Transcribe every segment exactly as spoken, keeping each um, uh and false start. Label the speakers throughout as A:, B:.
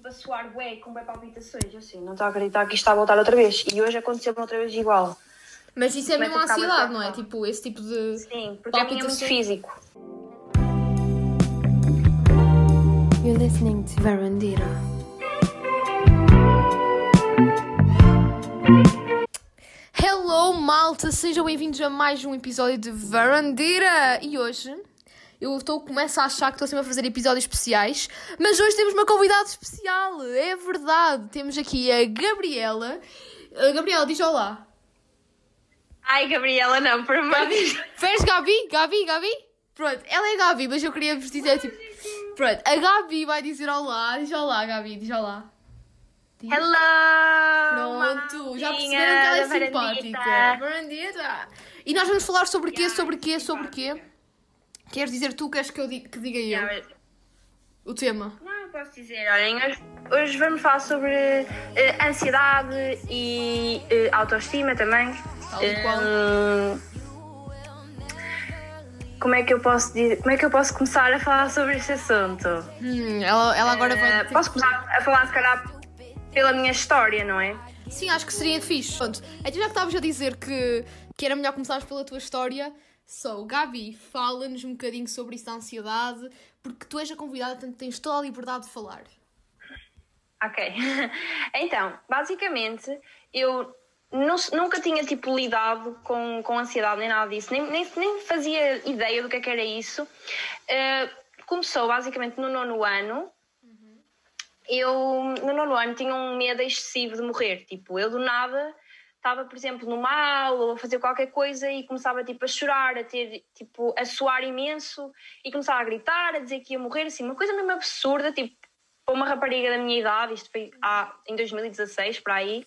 A: a suar bué, com bué palpitações. Eu assim, não estou a acreditar que isto está a voltar outra vez. E hoje aconteceu-me outra vez igual.
B: Mas isso é
A: Começa
B: mesmo
A: a
B: a
A: ficar
B: ansiedade,
A: bué
B: não é?
A: preocupada.
B: Tipo, esse tipo de
A: Sim, porque a mim é muito físico.
C: You're listening to Verandira.
B: Hello, malta! Sejam bem-vindos a mais um episódio de Verandira! E hoje eu estou, começo a achar que estou sempre a fazer episódios especiais, mas hoje temos uma convidada especial, é verdade! Temos aqui a Gabriela. A Gabriela, diz olá.
A: Ai, Gabriela, não, por amor de Deus.
B: Fez Gabi? Gabi? Gabi? Pronto, ela é Gabi, mas eu queria vos dizer tipo... Pronto, a Gabi vai dizer olá. Diz olá, Gabi, diz olá. Diz.
A: Hello!
B: Pronto, já perceberam que ela é simpática. Verandita. E nós vamos falar sobre quê, sobre quê, sobre quê? Queres dizer tu, queres que eu diga, que diga eu?
A: Yeah,
B: O tema.
A: não, eu posso dizer, olhem, hoje, hoje vamos falar sobre uh, ansiedade e uh, autoestima também.
B: Tal e qual.
A: Hum, como é que eu posso dizer, como é que eu posso começar a falar sobre este assunto?
B: Hum, ela, ela agora vai...
A: Uh, posso começar a falar, se calhar, pela minha história, não é?
B: Sim, acho que seria fixe. Pronto, então já que estavas a dizer que, que era melhor começares pela tua história, so, Gabi, fala-nos um bocadinho sobre isso da ansiedade, porque tu és a convidada, portanto tens toda a liberdade de falar.
A: Ok. Então, basicamente, eu não- nunca tinha, tipo, lidado com, com ansiedade nem nada disso, nem, nem, nem fazia ideia do que é que era isso. Uh, começou, basicamente, no nono ano. Eu, no nono ano, tinha um medo excessivo de morrer. Tipo, eu do nada estava, por exemplo, numa aula ou a fazer qualquer coisa e começava, tipo, a chorar, a ter, tipo, a suar imenso e começava a gritar, a dizer que ia morrer, assim, uma coisa mesmo absurda, tipo, para uma rapariga da minha idade, isto foi ah, em dois mil e dezasseis, para aí.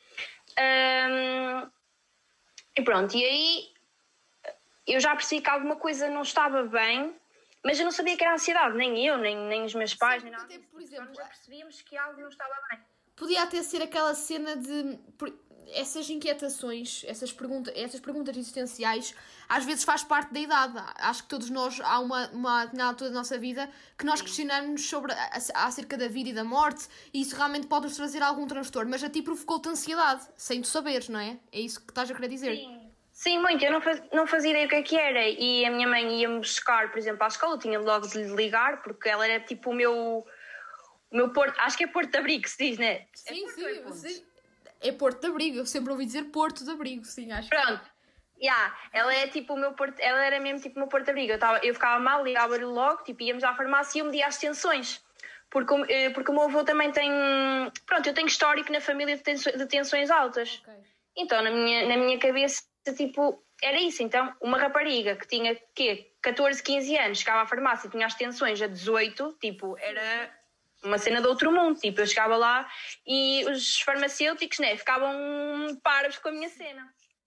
A: Um, e pronto, e aí eu já percebi que alguma coisa não estava bem, mas eu não sabia que era ansiedade, nem eu, nem, nem os meus pais, nem nada
B: até,
A: disso.
B: por exemplo,
A: Nós já percebíamos que algo não estava bem.
B: Podia até ser aquela cena de... por- essas inquietações, essas, pergunta, essas perguntas existenciais, às vezes faz parte da idade. Acho que todos nós, há uma, uma determinada altura da nossa vida que nós questionamos sobre a- a- acerca da vida e da morte, e isso realmente pode nos trazer algum transtorno, mas a ti provocou-te ansiedade, sem tu saberes, não é? É isso que estás a querer dizer.
A: Sim, sim, muito. Eu não, faz, não fazia ideia o que é que era. E a minha mãe ia-me buscar, por exemplo, à escola. Eu tinha logo de lhe ligar, porque ela era tipo o meu, o meu porto. Acho que é Porto de Abrigo, se diz, não é?
B: Sim,
A: É Porto ou é
B: sim,
A: Pontes?
B: sim. É Porto de Abrigo, eu sempre ouvi dizer Porto de Abrigo, sim, acho que...
A: Pronto. Yeah, ela é tipo o meu porto, ela era mesmo tipo o meu porto de abrigo. Eu, tava, eu ficava mal, ligava-lhe logo, tipo, íamos à farmácia e eu media as tensões. Porque, o- eh, porque o meu avô também tem. Pronto, eu tenho histórico na família de, tenso- de tensões altas.
B: Ok.
A: Então, na minha, na minha cabeça, tipo, era isso. Então, uma rapariga que tinha, quê? catorze, quinze anos, chegava à farmácia e tinha as tensões a dezoito, tipo, era uma cena de outro mundo. Tipo, eu chegava lá e os farmacêuticos, né, ficavam parvos com a minha cena.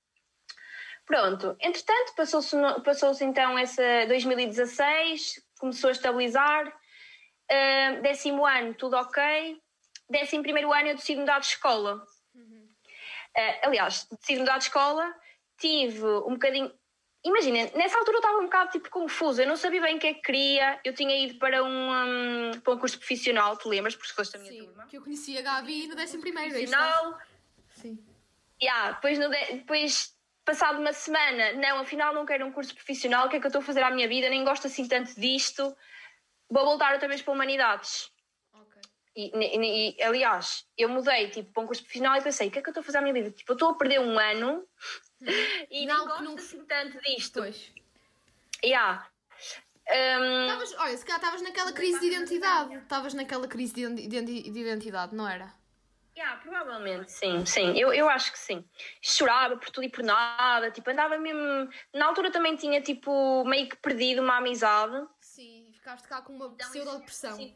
A: Pronto, entretanto, passou-se, no- passou-se então essa dois mil e dezasseis, começou a estabilizar. Uh, décimo ano, tudo ok. Décimo primeiro ano, eu decido mudar de escola. Uh, aliás, decidi mudar de escola, tive um bocadinho... Imagina, nessa altura eu estava um bocado tipo confusa, eu não sabia bem o que é que queria. Eu tinha ido para um, um, para um curso profissional, tu lembras, porque foste a minha
B: Sim,
A: turma.
B: que eu conheci a Gabi no décimo primeiro, é isso?
A: Profissional,
B: Sim.
A: yeah, depois, no de- depois, passado uma semana, não, afinal não quero um curso profissional, o que é que eu estou a fazer à minha vida, nem gosto assim tanto disto, vou voltar outra vez para Humanidades.
B: Ok.
A: E, e- e, aliás, eu mudei tipo, para um curso profissional e pensei, o que é que eu estou a fazer à minha vida? Tipo, eu estou a perder um ano e
B: Não,
A: não
B: que
A: gosto
B: não-
A: assim tanto disto.
B: Pois.
A: Yeah. Um,
B: Tavas, olha, se calhar estavas naquela crise de identidade. Estavas naquela crise de, identi- de identidade, não era?
A: yeah, provavelmente, sim, sim, eu, eu acho que sim. Chorava por tudo e por nada, tipo, andava mesmo... Na altura também tinha, tipo, meio que perdido uma amizade.
B: Sim, ficaste cá com uma
A: Então,
B: pseudo-depressão.
A: sim.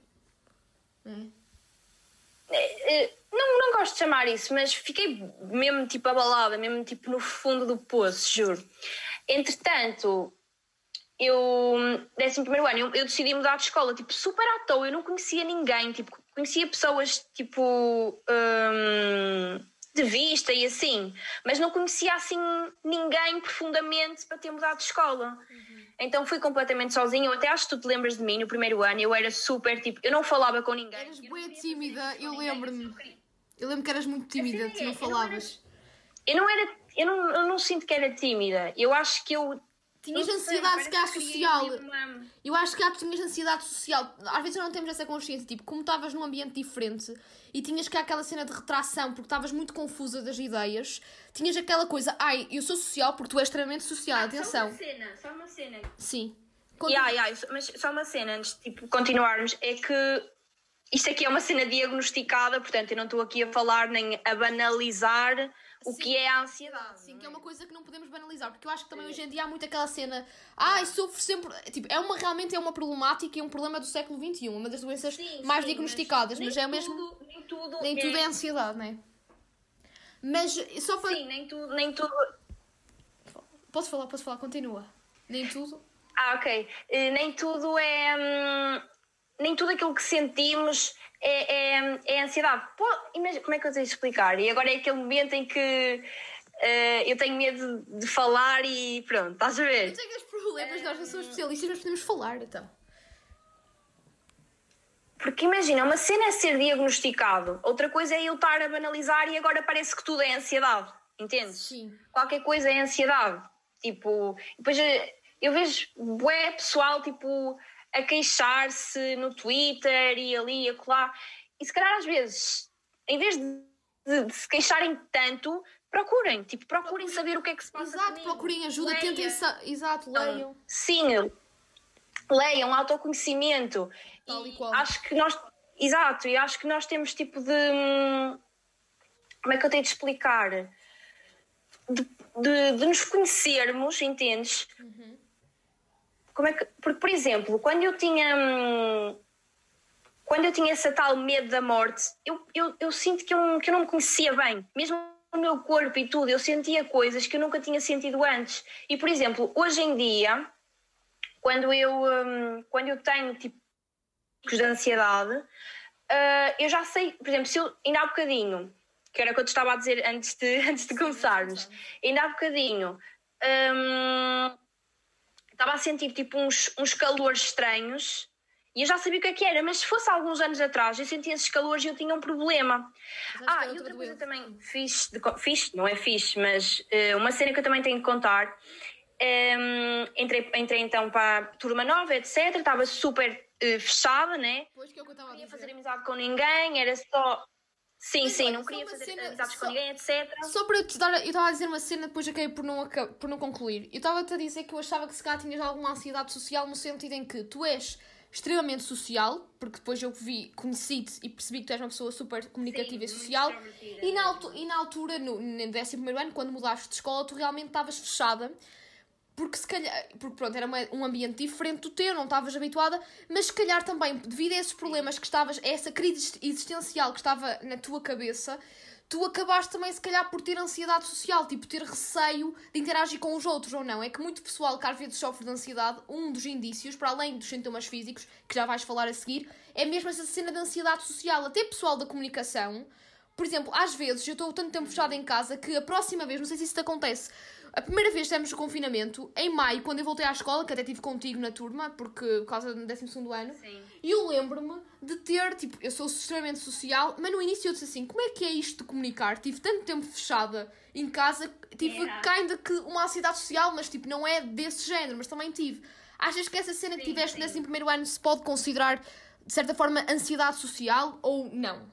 B: É.
A: Eh, eh, Não, não gosto de chamar isso, mas fiquei mesmo tipo abalada, mesmo tipo no fundo do poço, juro. Entretanto, eu, décimo primeiro ano, eu, eu decidi mudar de escola, tipo, super à toa, eu não conhecia ninguém, tipo, conhecia pessoas, tipo, hum, de vista e assim, mas não conhecia assim ninguém profundamente para ter mudado de escola. Uhum. Então fui completamente sozinha. Eu até acho que tu te lembras de mim no primeiro ano, eu era super tipo, eu não falava com ninguém.
B: Eras bué tímida, eu lembro-me. Eu lembro que eras muito tímida, tu não falavas.
A: Eu não era, eu não, eu não sinto que era tímida. Eu acho que eu
B: tinhas ansiedade, se calhar, social. Eu acho que há tu tinhas ansiedade social. Às vezes não temos essa consciência, tipo, como estavas num ambiente diferente e tinhas cá aquela cena de retração porque estavas muito confusa das ideias, tinhas aquela coisa, ai, eu sou social porque tu és extremamente social, ah, atenção.
A: Só uma cena, só uma cena.
B: Sim.
A: Yeah, yeah, mas só uma cena, antes de tipo, continuarmos, é que isto aqui é uma cena diagnosticada, portanto eu não estou aqui a falar nem a banalizar o sim, que é a ansiedade.
B: Sim, que é uma coisa que não podemos banalizar, porque eu acho que também hoje em dia há muito aquela cena, ai, sofro sempre, tipo, é uma, realmente é uma problemática e um problema do século vinte e um, uma das doenças sim, mais sim, diagnosticadas, mas, mas é tudo, mesmo,
A: nem tudo,
B: nem
A: é...
B: tudo é ansiedade, não é? Mas, só para...
A: Sim, nem tudo, nem tudo...
B: Posso falar, posso falar, continua. Nem tudo...
A: Ah, ok. Uh, nem tudo é... Hum, nem tudo aquilo que sentimos é, é, é ansiedade. Pô, imagina, como é que eu tenho de explicar? E agora é aquele momento em que uh, eu tenho medo de falar e pronto, estás a ver?
B: Eu tenho os problemas, nós não somos especialistas, mas podemos falar, então.
A: Porque imagina, uma cena é ser diagnosticado, outra coisa é eu estar a banalizar e agora parece que tudo é ansiedade, entendes?
B: Sim.
A: Qualquer coisa é ansiedade. Tipo, depois eu vejo bué pessoal, tipo... a queixar-se no Twitter e ali e acolá. E se calhar às vezes, em vez de, de, de se queixarem tanto, procurem, tipo, procurem saber o que é que se passa.
B: Exato, comigo. Procurem ajuda, leiam. Tentem... Sa- Exato, leiam.
A: Sim, leiam, autoconhecimento.
B: Tal e qual.
A: Acho que nós... Exato, e acho que nós temos tipo de... Como é que eu tenho de explicar? De, de, de nos conhecermos, entendes? Uhum. Como é que, porque, por exemplo, quando eu tinha hum, quando eu tinha esse tal medo da morte, eu, eu, eu sinto que eu, que eu não me conhecia bem, mesmo no meu corpo e tudo, eu sentia coisas que eu nunca tinha sentido antes. E, por exemplo, hoje em dia, quando eu, hum, quando eu tenho tipos de ansiedade, uh, eu já sei, por exemplo, se eu, ainda há bocadinho, que era o que eu te estava a dizer antes de, antes de começarmos, ainda há bocadinho... Hum, estava a sentir tipo uns, uns calores estranhos e eu já sabia o que é que era, mas se fosse há alguns anos atrás eu sentia esses calores e eu tinha um problema. Ah, e outra coisa também fixe, de, fixe, não é fixe, mas uh, uma cena que eu também tenho de contar, um, entrei, entrei então para a turma nova, etcétera. Estava super uh, fechada, né?
B: Pois que é o que eu estava a dizer.
A: Não queria fazer amizade com ninguém, era só... Sim,
B: mas,
A: sim,
B: olha,
A: não queria fazer
B: cena,
A: amizades
B: só,
A: com ninguém, etcétera.
B: Só para eu te dar... Eu estava a dizer uma cena, depois acabei por não, por não concluir. Eu estava-te a dizer que eu achava que se calhar tinhas alguma ansiedade social no sentido em que tu és extremamente social, porque depois eu vi, conheci-te e percebi que tu és uma pessoa super comunicativa sim, e social. E na, altu- e na altura, no, no décimo primeiro ano, quando mudaste de escola, tu realmente estavas fechada. Porque se calhar, porque pronto, era uma, um ambiente diferente do teu, não estavas habituada, mas se calhar também, devido a esses problemas que estavas, a essa crise existencial que estava na tua cabeça, tu acabaste também se calhar por ter ansiedade social, tipo ter receio de interagir com os outros ou não. É que muito pessoal que às vezes sofre de ansiedade, um dos indícios, para além dos sintomas físicos, que já vais falar a seguir, é mesmo essa cena de ansiedade social. Até pessoal da comunicação, por exemplo, às vezes eu estou tanto tempo fechada em casa que a próxima vez, não sei se isso te acontece, a primeira vez que estivemos no confinamento, em maio, quando eu voltei à escola, que até estive contigo na turma, porque, por causa do décimo segundo ano,
A: sim.
B: E eu lembro-me de ter, tipo, eu sou extremamente social, mas no início eu disse assim, como é que é isto de comunicar? Tive tanto tempo fechada em casa, tive yeah. ainda que uma ansiedade social, mas tipo, não é desse género, mas também tive. Achas que essa cena sim, que tiveste sim. nesse primeiro ano se pode considerar, de certa forma, ansiedade social ou não?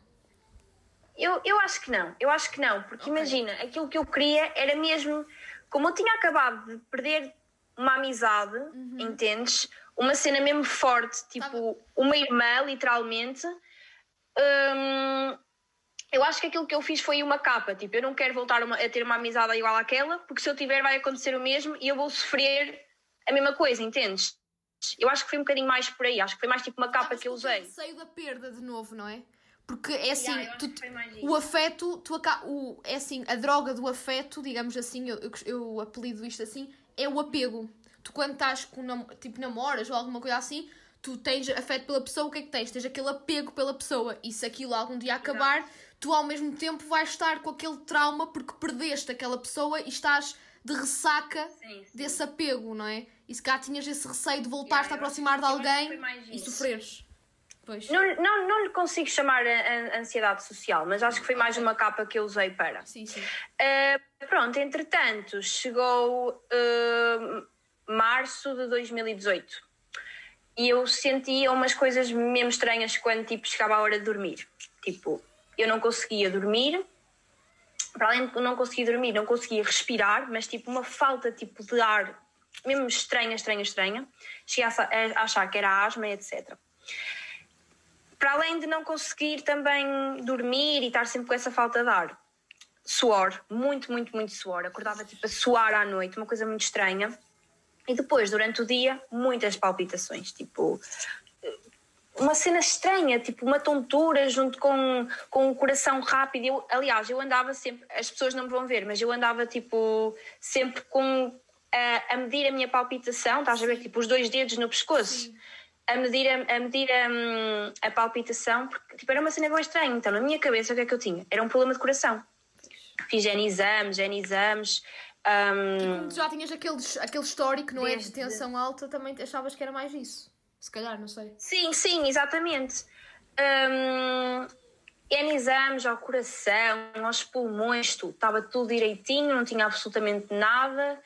A: Eu, eu acho que não, eu acho que não, porque okay. imagina, aquilo que eu queria era mesmo... Como eu tinha acabado de perder uma amizade, uhum. entendes? Uma cena mesmo forte, tipo tá uma irmã, literalmente. Hum, eu acho que aquilo que eu fiz foi uma capa. Tipo, eu não quero voltar uma, a ter uma amizade igual àquela, porque se eu tiver vai acontecer o mesmo e eu vou sofrer a mesma coisa, entendes? Eu acho que foi um bocadinho mais por aí. Acho que foi mais tipo uma capa que eu usei.
B: O receio da perda de novo, não é? Porque é assim,
A: yeah,
B: tu, o afeto, tu, o, é assim, a droga do afeto, digamos assim, eu, eu, eu apelido isto assim, é o apego. Tu quando estás com, tipo, namoras ou alguma coisa assim, tu tens afeto pela pessoa, o que é que tens? Tens aquele apego pela pessoa e se aquilo algum dia acabar, tu ao mesmo tempo vais estar com aquele trauma porque perdeste aquela pessoa e estás de ressaca
A: Sim, sim.
B: desse apego, não é? E se cá tinhas esse receio de voltar-te
A: Yeah,
B: a aproximar de
A: eu acho que
B: alguém
A: foi mais
B: e
A: isso.
B: sofreres. Pois.
A: Não, não, não lhe consigo chamar a, a ansiedade social, mas acho que foi mais uma capa que eu usei para.
B: Sim, sim.
A: Uh, pronto, entretanto, chegou uh, março de dois mil e dezoito e eu sentia umas coisas mesmo estranhas quando tipo, chegava a hora de dormir. Tipo, eu não conseguia dormir, para além de não conseguir dormir, não conseguia respirar, mas tipo uma falta tipo, de ar mesmo estranha, estranha, estranha. Cheguei a achar que era asma, etcétera. Para além de não conseguir também dormir e estar sempre com essa falta de ar, suor, muito, muito, muito suor. Acordava tipo a suar à noite, uma coisa muito estranha. E depois, durante o dia, muitas palpitações, tipo uma cena estranha, tipo uma tontura junto com, com o coração rápido. Eu, aliás, eu andava sempre, as pessoas não me vão ver, mas eu andava tipo sempre com a, a medir a minha palpitação, estás a ver? Tipo os dois dedos no pescoço. Sim. A medir, a, a, medir a, a palpitação, porque tipo, era uma cena bem estranha. Então, na minha cabeça, o que é que eu tinha? Era um problema de coração. Fiz N exames, N exames. Um,
B: e como tu já tinhas aqueles, aquele histórico, não
A: desde...
B: é? De tensão alta, também achavas que era mais isso. Se calhar, não sei.
A: Sim, sim, exatamente. Um, N exames ao coração, aos pulmões, tudo. Estava tudo direitinho, não tinha absolutamente nada.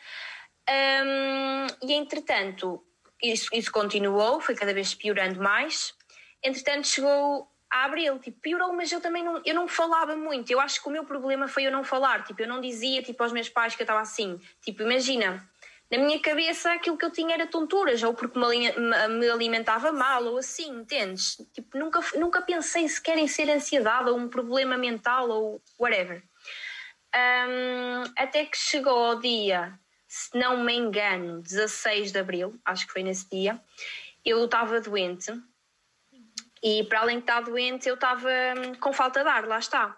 A: Um, e, entretanto... Isso, isso continuou, foi cada vez piorando mais. Entretanto, chegou a abril, tipo, piorou, mas eu também não, eu não falava muito. Eu acho que o meu problema foi eu não falar. Tipo, eu não dizia tipo, aos meus pais que eu estava assim. Tipo, imagina, na minha cabeça aquilo que eu tinha era tonturas, ou porque me, me alimentava mal, ou assim, entendes? Tipo, nunca, nunca pensei sequer em ser ansiedade, ou um problema mental, ou whatever. Um, até que chegou ao dia... se não me engano, dezasseis de abril, acho que foi nesse dia, eu estava doente e para além de estar doente eu estava com falta de ar, lá está.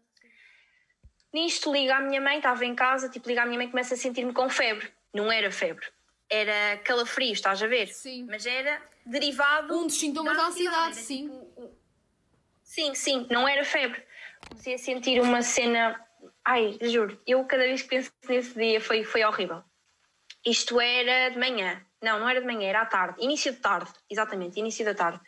A: Nisto liga à minha mãe, estava em casa, tipo liga à minha mãe e começa a sentir-me com febre. Não era febre, era calafrio, estás a ver?
B: Sim.
A: Mas era derivado...
B: Um dos sintomas da ansiedade, sim.
A: Tipo, sim, sim, não era febre. Comecei a sentir uma cena... Ai, juro, eu cada vez que penso nesse dia foi, foi horrível. Isto era de manhã. Não, não era de manhã, era à tarde. Início de tarde, exatamente, início da tarde.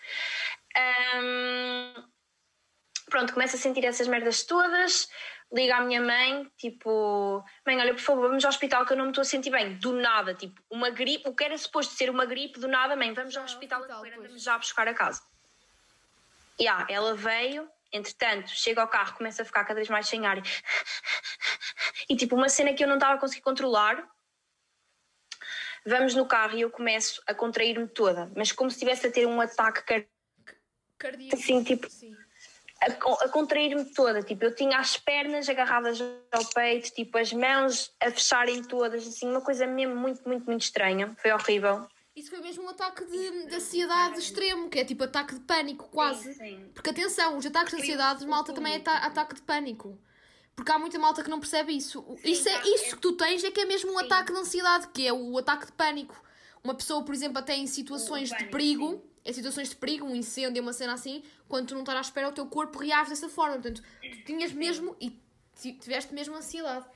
A: Um, pronto, começo a sentir essas merdas todas. Ligo à minha mãe, tipo... Mãe, olha, por favor, vamos ao hospital que eu não me estou a sentir bem. Do nada, tipo, uma gripe. O que era suposto ser uma gripe, do nada, mãe, vamos ao hospital, hospital a correr, vamos já buscar a casa. E yeah, ela veio... Entretanto, chego ao carro, começo a ficar cada vez mais sem ar. E tipo, uma cena que eu não estava a conseguir controlar. Vamos no carro e eu começo a contrair-me toda. Mas como se estivesse a ter um ataque car... cardíaco. Assim, tipo, Sim. a, a contrair-me toda. Tipo, eu tinha as pernas agarradas ao peito, tipo, as mãos a fecharem todas. Assim, uma coisa mesmo muito, muito, muito estranha. Foi horrível.
B: Isso foi mesmo um ataque de, de ansiedade extremo, que é tipo ataque de pânico, quase. Sim, sim. Porque atenção, os ataques de ansiedade, malta, também é ta- ataque de pânico. Porque há muita malta que não percebe isso. Sim, isso, é, isso que tu tens é que é mesmo um sim. ataque de ansiedade, que é o ataque de pânico. Uma pessoa, por exemplo, até em situações pânico, de perigo, sim. em situações de perigo, um incêndio, uma cena assim, quando tu não estás à espera, o teu corpo reage dessa forma. Portanto, tu tinhas mesmo, e tiveste mesmo ansiedade.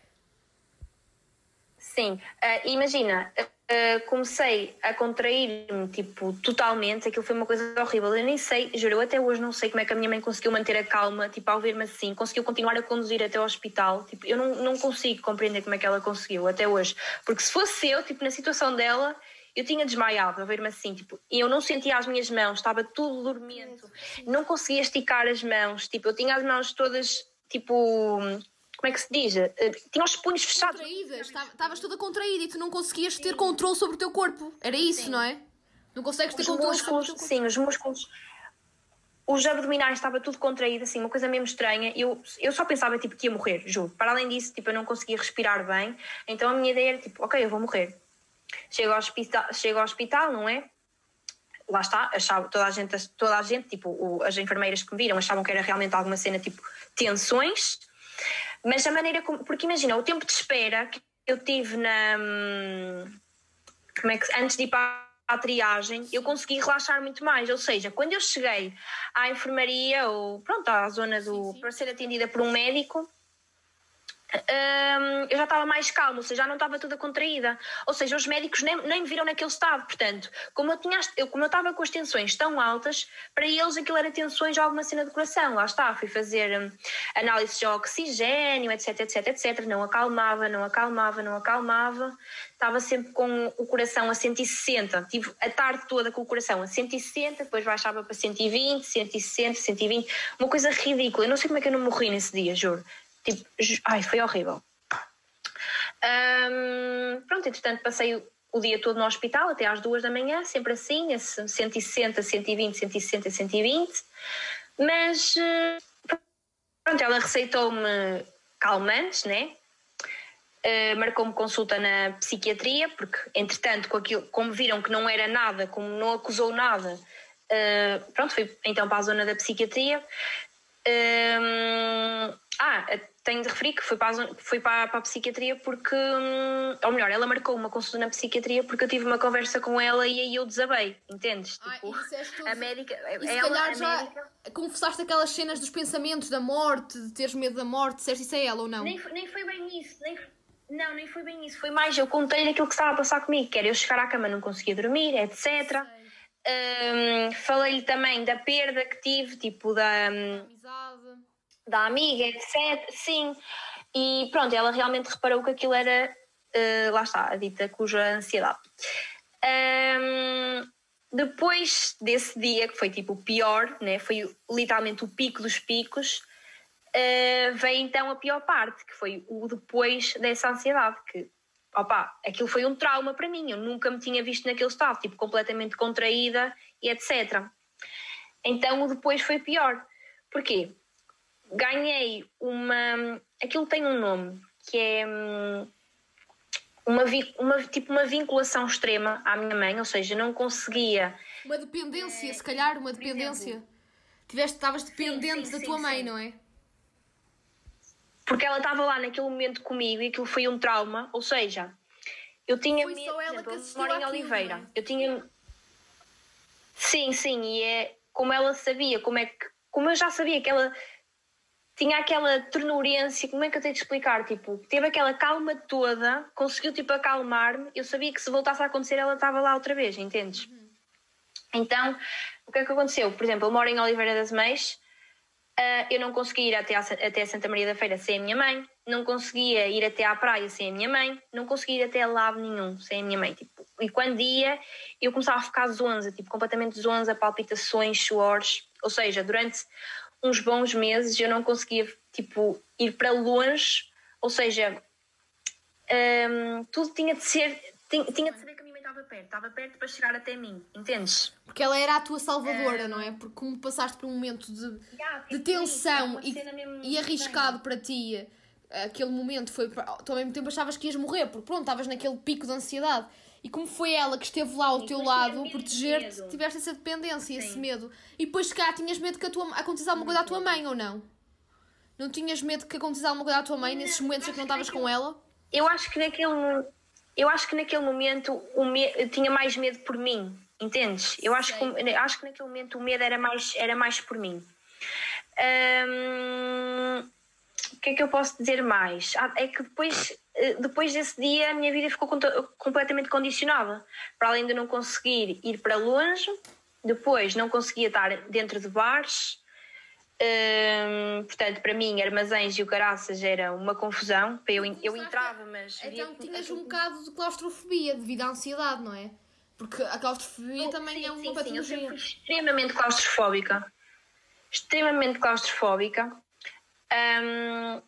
A: Sim, uh, imagina... Uh, comecei a contrair-me, tipo, totalmente. Aquilo foi uma coisa horrível. Eu nem sei, juro, eu até hoje não sei como é que a minha mãe conseguiu manter a calma, tipo, ao ver-me assim, conseguiu continuar a conduzir até ao hospital. Tipo, eu não, não consigo compreender como é que ela conseguiu até hoje. Porque se fosse eu, tipo, na situação dela, eu tinha desmaiado a ver-me assim, tipo, e eu não sentia as minhas mãos, estava tudo dormento. Não conseguia esticar as mãos, tipo, eu tinha as mãos todas, tipo... Como é que se diz? Uh, tinha os punhos fechados.
B: Contraídas, estavas toda contraída e tu não conseguias sim. ter controle sobre o teu corpo. Era isso, sim. não é? Não consegues ter os controle
A: músculos,
B: sobre o teu corpo.
A: Sim, os músculos. Os abdominais estava tudo contraído, assim, uma coisa mesmo estranha. Eu, eu só pensava tipo, que ia morrer, juro. Para além disso, tipo, eu não conseguia respirar bem. Então a minha ideia era tipo, ok, eu vou morrer. Chego ao hospital, chego ao hospital não é? Lá está, achava, toda a gente, toda a gente tipo, o, as enfermeiras que me viram achavam que era realmente alguma cena tipo tensões. Mas a maneira como... Porque imagina, o tempo de espera que eu tive na... Como é que... Antes de ir para à triagem, eu consegui relaxar muito mais. Ou seja, quando eu cheguei à enfermaria, ou pronto, à zona do...
B: Sim, sim.
A: para ser atendida por um médico, Hum, eu já estava mais calma, ou seja, já não estava toda contraída. Ou seja, os médicos nem, nem me viram naquele estado. Portanto, como eu, tinha, eu, como eu estava com as tensões tão altas, para eles aquilo era tensões de alguma cena de coração. Lá está, fui fazer hum, análise de oxigênio, etc, etc, etc. Não acalmava, não acalmava, não acalmava. Estava sempre com o coração a cento e sessenta. Tive a tarde toda com o coração a cento e sessenta, depois baixava para cento e vinte, cento e sessenta, cento e vinte. Uma coisa ridícula. Eu não sei como é que eu não morri nesse dia, juro. Tipo, ai, foi horrível. Um, pronto, entretanto passei o, o dia todo no hospital até às duas da manhã, sempre assim, esse cento e sessenta, cento e vinte, cento e sessenta, cento e vinte. Mas pronto, ela receitou-me calmantes, né? Uh, marcou-me consulta na psiquiatria, porque entretanto, com aquilo, como viram que não era nada, como não acusou nada, uh, pronto, fui então para a zona da psiquiatria. Um, ah, tenho de referir que fui para a, fui para, para a psiquiatria porque, ou melhor, ela marcou uma consulta na psiquiatria porque eu tive uma conversa com ela e aí eu desabei, entendes?
B: Ah,
A: tipo,
B: tudo...
A: a médica,
B: e se
A: ela,
B: calhar
A: a
B: já
A: médica...
B: confessaste aquelas cenas dos pensamentos da morte, de teres medo da morte, disseste isso a ela ou não?
A: Nem, nem foi bem isso, nem, não, nem foi bem isso, foi mais, eu contei-lhe aquilo que estava a passar comigo, que era eu chegar à cama, não conseguia dormir, etcétera. Um, falei-lhe também da perda que tive, tipo da... Um,
B: amizade...
A: da amiga, etcétera. Sim, e pronto, ela realmente reparou que aquilo era, uh, lá está, a dita cuja ansiedade. Um, depois desse dia, que foi tipo o pior, né, foi literalmente o pico dos picos, uh, veio então a pior parte, que foi o depois dessa ansiedade, que, opa, aquilo foi um trauma para mim, eu nunca me tinha visto naquele estado, tipo, completamente contraída e etcétera. Então o depois foi pior. Porquê? Ganhei uma... aquilo tem um nome, que é uma, uma, tipo uma vinculação extrema à minha mãe, ou seja, não conseguia...
B: Uma dependência, é, se calhar, uma dependência. Tiveste, estavas dependente sim, sim, da tua sim, mãe, sim. Não é?
A: Porque ela estava lá naquele momento comigo e aquilo foi um trauma, ou seja, eu tinha...
B: Foi só ela que assistiu
A: moro em
B: àquilo,
A: Oliveira.
B: não é?
A: Eu tinha... Sim, sim, e é como ela sabia, como é que... Como eu já sabia que ela... tinha aquela ternurência, como é que eu tenho de explicar? Tipo, teve aquela calma toda, conseguiu tipo acalmar-me. Eu sabia que se voltasse a acontecer ela estava lá outra vez, entendes? Uhum. Então, o que é que aconteceu? Por exemplo, eu moro em Oliveira das Meias, uh, eu não conseguia ir até a, até a Santa Maria da Feira sem a minha mãe, não conseguia ir até à praia sem a minha mãe, não conseguia ir até lado nenhum sem a minha mãe. Tipo, e quando ia, eu começava a ficar zonza, tipo, completamente zonza, palpitações, suores. Ou seja, durante... uns bons meses eu não conseguia tipo, ir para longe, ou seja, um, tudo tinha de ser, tinha, tinha de saber que a minha mãe estava perto, estava perto para chegar até mim, entendes?
B: Porque ela era a tua salvadora, um... não é? Porque como passaste por um momento de, yeah, de tensão isso, e, e arriscado para ti, aquele momento foi, tu ao mesmo tempo achavas que ias morrer, porque pronto, estavas naquele pico de ansiedade. E como foi ela que esteve lá ao Sim, teu lado a proteger-te, tiveste essa dependência, Sim. esse medo. E depois, se calhar, tinhas medo que a tua, acontecesse alguma coisa à tua mãe, ou não? Não tinhas medo que acontecesse alguma coisa à tua mãe nesses momentos em que não estavas com ela?
A: Eu acho que naquele, eu acho que naquele momento o me, eu tinha mais medo por mim, entendes? Eu acho que, acho que naquele momento o medo era mais, era mais por mim. Hum, o que é que eu posso dizer mais? É que depois... Depois desse dia a minha vida ficou completamente condicionada. Para além de não conseguir ir para longe, depois não conseguia estar dentro de bares. Hum, portanto, para mim, armazéns e o caraças era uma confusão. Eu, eu entrava, mas...
B: Então tinhas um bocado de claustrofobia devido à ansiedade, não é? Porque a claustrofobia oh, também sim, é uma sim, patologia. Sim, eu sempre fui
A: extremamente claustrofóbica. Extremamente claustrofóbica. Hum,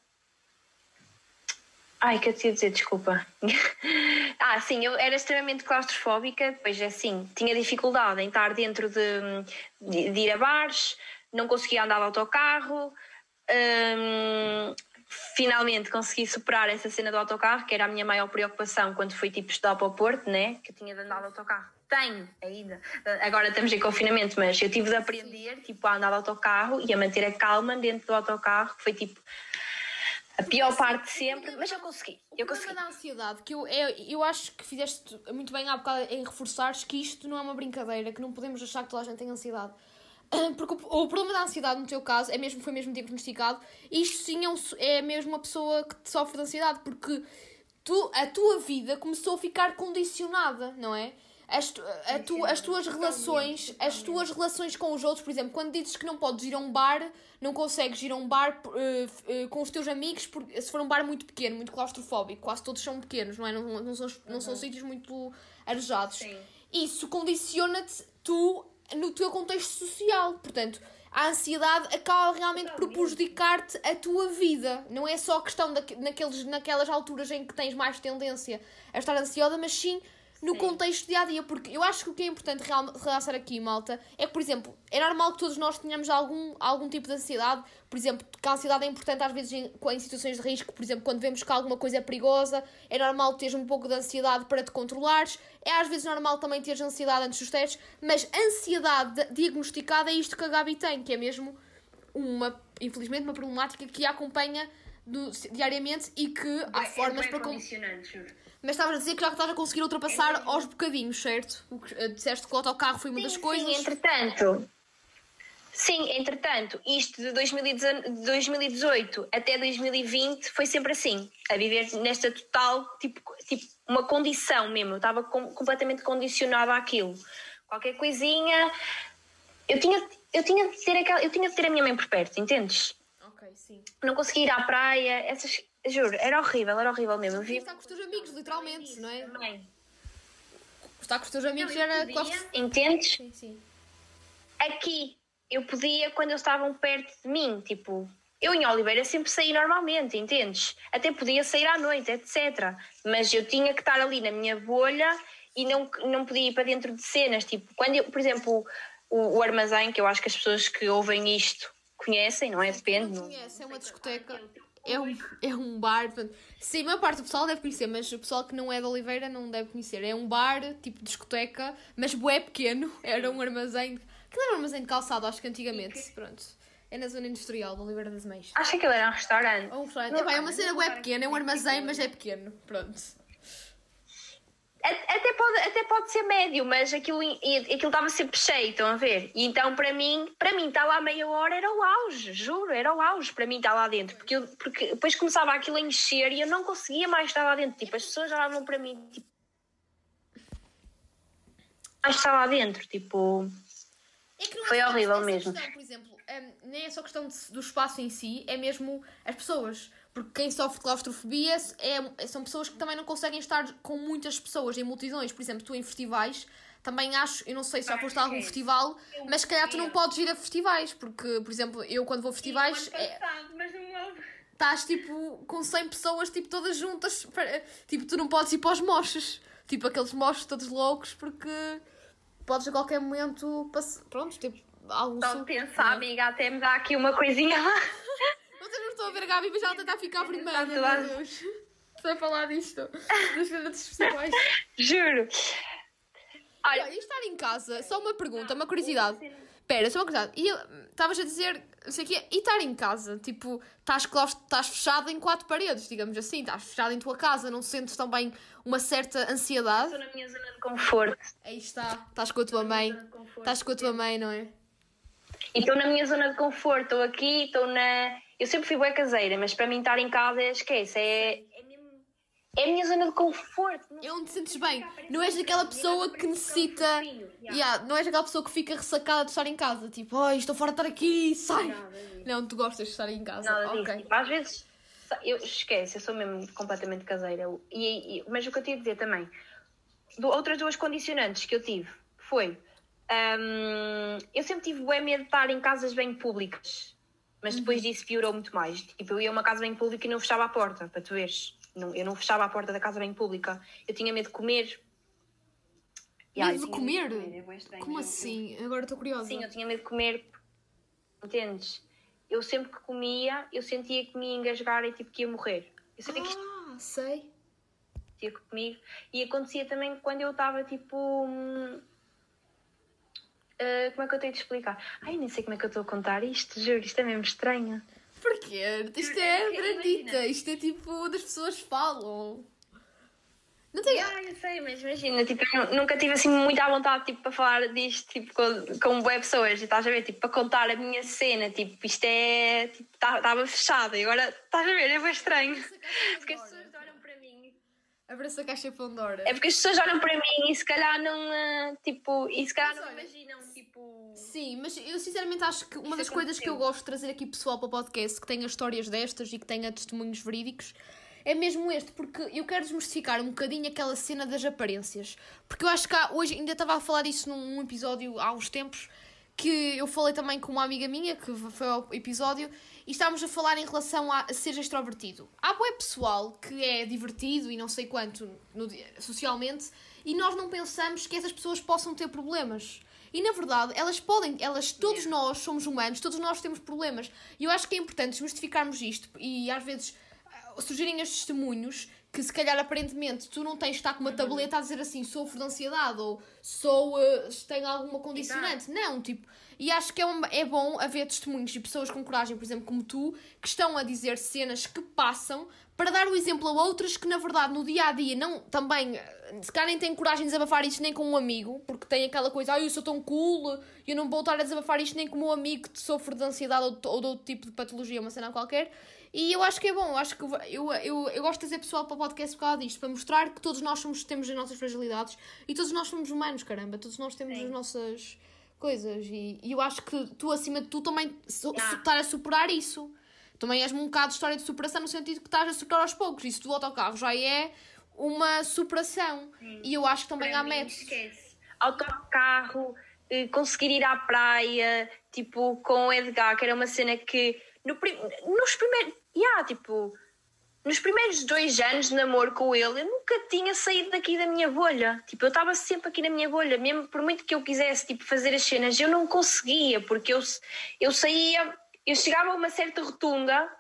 A: Ai, que eu te ia dizer, desculpa. ah, sim, eu era extremamente claustrofóbica, pois assim, tinha dificuldade em estar dentro de, de, de ir a bares, não conseguia andar de autocarro. Hum, finalmente consegui superar essa cena do autocarro, que era a minha maior preocupação quando fui tipo estudar para o Porto, né? Que eu tinha de andar de autocarro. Tenho ainda. Agora estamos em confinamento, mas eu tive de aprender tipo, a andar de autocarro e a manter a calma dentro do autocarro, que foi tipo... A pior parte de sempre, mas eu consegui.
B: O
A: Eu
B: problema
A: consegui.
B: da ansiedade, que eu, é, eu acho que fizeste muito bem há bocado em reforçares que isto não é uma brincadeira, que não podemos achar que toda a gente tem ansiedade. Porque o, o problema da ansiedade, no teu caso, é mesmo, foi mesmo diagnosticado. Isto sim é, um, é mesmo uma pessoa que sofre de ansiedade, porque tu, a tua vida começou a ficar condicionada, não é? As, tu, a tu, as tuas relações, as tuas relações com os outros, por exemplo, quando dizes que não podes ir a um bar, não consegues ir a um bar uh, uh, com os teus amigos, porque, se for um bar muito pequeno, muito claustrofóbico, quase todos são pequenos, não é? Não, não, são, não uhum. são sítios muito arejados. Sim. Isso condiciona-te tu no teu contexto social, portanto, a ansiedade acaba realmente por prejudicar-te a tua vida. Não é só questão da, naqueles, naquelas alturas em que tens mais tendência a estar ansiosa, mas sim no sim. contexto dia-a-dia, porque eu acho que o que é importante realçar aqui, malta, é que, por exemplo, é normal que todos nós tenhamos algum, algum tipo de ansiedade. Por exemplo, que a ansiedade é importante às vezes em, em situações de risco, por exemplo, quando vemos que alguma coisa é perigosa, é normal teres um pouco de ansiedade para te controlares, é às vezes normal também teres ansiedade antes dos testes, mas ansiedade diagnosticada é isto que a Gabi tem, que é mesmo uma, infelizmente, uma problemática que a acompanha do, diariamente e que há é, formas é para... condicionante, juro. Mas estavas a dizer que já estás a conseguir ultrapassar é aos bocadinhos, certo? O que, disseste que o autocarro foi uma
A: sim,
B: das coisas.
A: Sim, entretanto. Sim, entretanto, isto de dois mil e dezoito até dois mil e vinte foi sempre assim. A viver nesta total, tipo, tipo uma condição mesmo. Eu estava com, completamente condicionada àquilo. Qualquer coisinha... Eu tinha, eu, tinha de ter aquela, eu tinha de ter a minha mãe por perto, entendes?
B: Ok, sim.
A: Não conseguia ir à praia, essas... Juro, era horrível, era horrível mesmo. Eu vi...
B: Estar com os teus amigos, literalmente, não é?
A: Também.
B: Estar com os teus amigos não, era...
A: Podia, entendes?
B: Sim, sim.
A: Aqui, eu podia quando eles estavam perto de mim, tipo... Eu em Oliveira sempre saí normalmente, entendes? Até podia sair à noite, etcétera. Mas eu tinha que estar ali na minha bolha e não, não podia ir para dentro de cenas. Tipo, quando eu, por exemplo, o, o armazém, que eu acho que as pessoas que ouvem isto conhecem, não é? Depende.
B: Não conhece, é uma discoteca... É um, é um bar, portanto, sim, a maior parte do pessoal deve conhecer, mas o pessoal que não é de Oliveira não deve conhecer. É um bar, tipo discoteca, mas bué pequeno, era um armazém, aquilo era um armazém de calçado, acho que antigamente, pronto. É na zona industrial de Oliveira das Meias.
A: Acho que aquilo era um restaurante.
B: Ou um restaurante, não, é, é uma cena bué pequena, é um armazém, mas é pequeno, pronto.
A: Até pode, até pode ser médio, mas aquilo, aquilo estava sempre cheio, estão a ver? E então, para mim, para mim, estar lá meia hora era o auge, juro, era o auge para mim estar lá dentro. Porque, eu, porque depois começava aquilo a encher e eu não conseguia mais estar lá dentro. Tipo, as pessoas olhavam para mim, tipo... mais estar lá dentro, tipo...
B: É que não
A: foi
B: é
A: horrível mesmo.
B: Questão, por exemplo, um, nem é só questão de, do espaço em si, é mesmo as pessoas. Porque quem sofre de claustrofobia é, são pessoas que também não conseguem estar com muitas pessoas em multidões. Por exemplo, tu em festivais, também acho, eu não sei se já foste a algum festival, mas se calhar tu não podes ir a festivais. Porque, por exemplo, eu quando vou a festivais... É, estás tipo com cem pessoas tipo, todas juntas. Para, tipo, tu não podes ir para os moches. Tipo, aqueles moches todos loucos, porque podes a qualquer momento... Pass... Pronto, tipo, algum...
A: Só de pensar, amiga, até me dá aqui uma coisinha lá.
B: Vocês não estão a ver a Gabi, mas ela está a ficar vermelha, meu Deus. Estou a falar disto. Dos grandes festivais.
A: Juro.
B: Olha, e estar em casa, só uma pergunta, uma curiosidade. Espera, só uma curiosidade. E estavas a dizer, não sei o quê, e estar em casa? Tipo, estás, estás fechado em quatro paredes, digamos assim. Estás fechado em tua casa, não sentes também uma certa ansiedade?
A: Estou na minha zona de conforto.
B: Aí está, estás com a tua mãe. Estás com a tua mãe, não é?
A: E estou na minha zona de conforto. Estou aqui, estou na... Eu sempre fui bué caseira, mas para mim estar em casa, esquece, é, é, mesmo, é a minha zona de conforto.
B: É onde te sentes bem. Não és aquela pessoa que necessita... Yeah, não és aquela pessoa que fica ressacada de estar em casa. Tipo, ai, estou fora de estar aqui, sai. Não, tu gostas de estar em casa.
A: Nada disso.
B: Okay.
A: Tipo, às vezes, eu esquece, eu sou mesmo completamente caseira. E, e, mas o que eu tinha a dizer também, do, outras duas condicionantes que eu tive, foi... Um, eu sempre tive bué medo de estar em casas bem públicas. Mas depois disso piorou muito mais. Tipo, eu ia a uma casa bem pública e não fechava a porta, para tu veres. Não, eu não fechava a porta da casa bem pública. Eu tinha medo de comer.
B: Medo de comer? De comer. É estranho, como assim? Eu... Agora estou curiosa.
A: Sim, eu tinha medo de comer. Entendes? Eu sempre que comia, eu sentia que me ia engasgar e tipo que ia morrer. Eu sabia
B: ah,
A: que isto...
B: sei.
A: Ia comigo. E acontecia também quando eu estava tipo... Hum... Uh, como é que eu tenho de explicar? Ai, nem sei como é que eu estou a contar isto, juro, isto é mesmo estranho.
B: Porquê? Isto é brandita, isto é tipo, das pessoas falam. Não tem...
A: Ah, eu sei, mas imagina, tipo, eu nunca tive assim muita vontade tipo, para falar disto tipo, com, com boas pessoas, e estás a ver, tipo, para contar a minha cena, tipo, isto é, tipo, estava fechado e agora, estás a ver, é bem estranho. Porque as pessoas olham para mim.
B: Abraça a caixa Pandora.
A: É porque as pessoas olham para mim e se calhar não, tipo, e se calhar
B: Mas
A: não
B: olha,
A: imaginam, tipo...
B: Sim, mas eu sinceramente acho que uma
A: Isso
B: das coisas que eu
A: aconteceu.
B: gosto de trazer aqui pessoal para o podcast, que tenha histórias destas e que tenha testemunhos verídicos, é mesmo este, porque eu quero desmistificar um bocadinho aquela cena das aparências. Porque eu acho que há, hoje, ainda estava a falar disso num, num episódio há uns tempos, que eu falei também com uma amiga minha, que foi ao episódio, e estávamos a falar em relação a, a ser extrovertido. Há bué pessoal que é divertido e não sei quanto no, socialmente, e nós não pensamos que essas pessoas possam ter problemas. E na verdade, elas podem, elas, todos nós somos humanos, todos nós temos problemas. E eu acho que é importante desmistificarmos isto, e às vezes surgirem estes testemunhos que se calhar aparentemente tu não tens de estar com uma tableta a dizer assim, sofro de ansiedade ou sou, uh, tenho alguma condicionante. Não, tipo, e acho que é, uma, é bom haver testemunhos de pessoas com coragem, por exemplo, como tu, que estão a dizer cenas que passam para dar o exemplo a outras que na verdade no dia a dia não, também, se calhar nem têm coragem de desabafar isto nem com um amigo, porque tem aquela coisa, ah, eu sou tão cool, eu não vou estar a desabafar isto nem com o meu amigo que sofre de ansiedade ou de, ou de outro tipo de patologia, uma cena qualquer. E eu acho que é bom, eu acho que eu, eu, eu gosto de trazer pessoal para o podcast por causa disto, para mostrar que todos nós somos, temos as nossas fragilidades e todos nós somos humanos, caramba, todos nós temos Sim. as nossas coisas e, e eu acho que tu, acima de tu, também so, yeah. estar a superar isso. Também és um bocado de história de superação no sentido que estás a superar aos poucos. Isso do autocarro já é uma superação. Sim. E eu acho que também para há mim, métodos.
A: Esquece. Autocarro, conseguir ir à praia, tipo, com o Edgar, que era uma cena que no prim... nos primeiros... Yeah, tipo, nos primeiros dois anos de namoro com ele, eu nunca tinha saído daqui da minha bolha. Tipo, eu estava sempre aqui na minha bolha. Mesmo por muito que eu quisesse, tipo, fazer as cenas, eu não conseguia, porque eu, eu saía... Eu chegava a uma certa rotunda,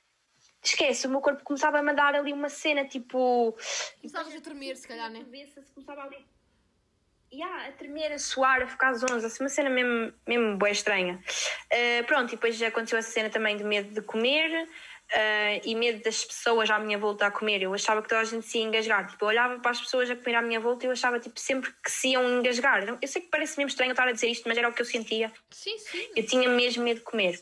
A: esquece, o meu corpo começava a mandar ali uma cena, tipo...
B: Começavas a tremer, se calhar, né?
A: Se começava ali... Yeah, a tremer, a suar, a ficar zonza, assim, uma cena mesmo, mesmo boa estranha. Uh, pronto, e depois já aconteceu essa cena também de medo de comer uh, e medo das pessoas à minha volta a comer. Eu achava que toda a gente se ia engasgar. Tipo, eu olhava para as pessoas a comer à minha volta e eu achava tipo, sempre que se iam engasgar. Eu sei que parece mesmo estranho eu estar a dizer isto, mas era o que eu sentia.
B: Sim, sim.
A: Eu tinha mesmo medo de comer.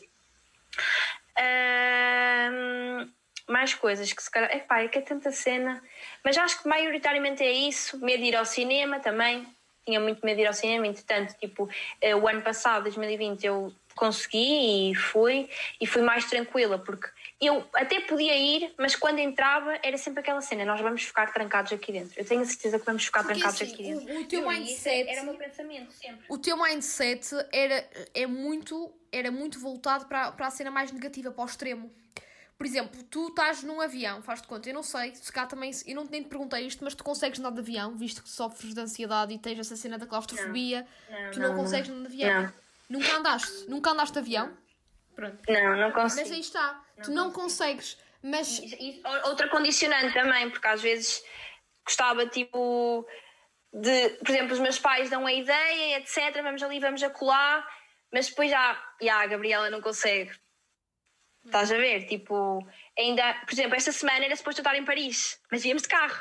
A: Uh, mais coisas que se calhar... Epá, é que é tanta cena. Mas acho que maioritariamente é isso. Medo de ir ao cinema também. Tinha muito medo de ir ao cinema, entretanto, tipo, o ano passado, dois mil e vinte, eu consegui e fui, e fui mais tranquila, porque eu até podia ir, mas quando entrava era sempre aquela cena, nós vamos ficar trancados aqui dentro. Eu tenho a certeza que vamos ficar porque, trancados assim, aqui dentro.
B: O, o teu mindset...
A: Era o meu pensamento, sempre.
B: O teu mindset era, é muito, era muito voltado para, para a cena mais negativa, para o extremo. Por exemplo, tu estás num avião, faz-te conta, eu não sei, se cá também, eu não, nem te perguntei isto, mas tu consegues andar de avião, visto que sofres de ansiedade e tens essa cena da claustrofobia,
A: não, não,
B: tu não,
A: não
B: consegues andar de avião.
A: Não.
B: Nunca andaste? Nunca andaste de avião? Pronto.
A: Não, não consigo.
B: Mas aí está, não tu não consigo. consegues, mas...
A: E, e, outra condicionante também, porque às vezes gostava, tipo, de, por exemplo, os meus pais dão a ideia, etcétera, vamos ali, vamos acolá, mas depois já, já a Gabriela não consegue. Estás a ver? Tipo, ainda... Por exemplo, esta semana era suposto eu estar em Paris, mas íamos de carro.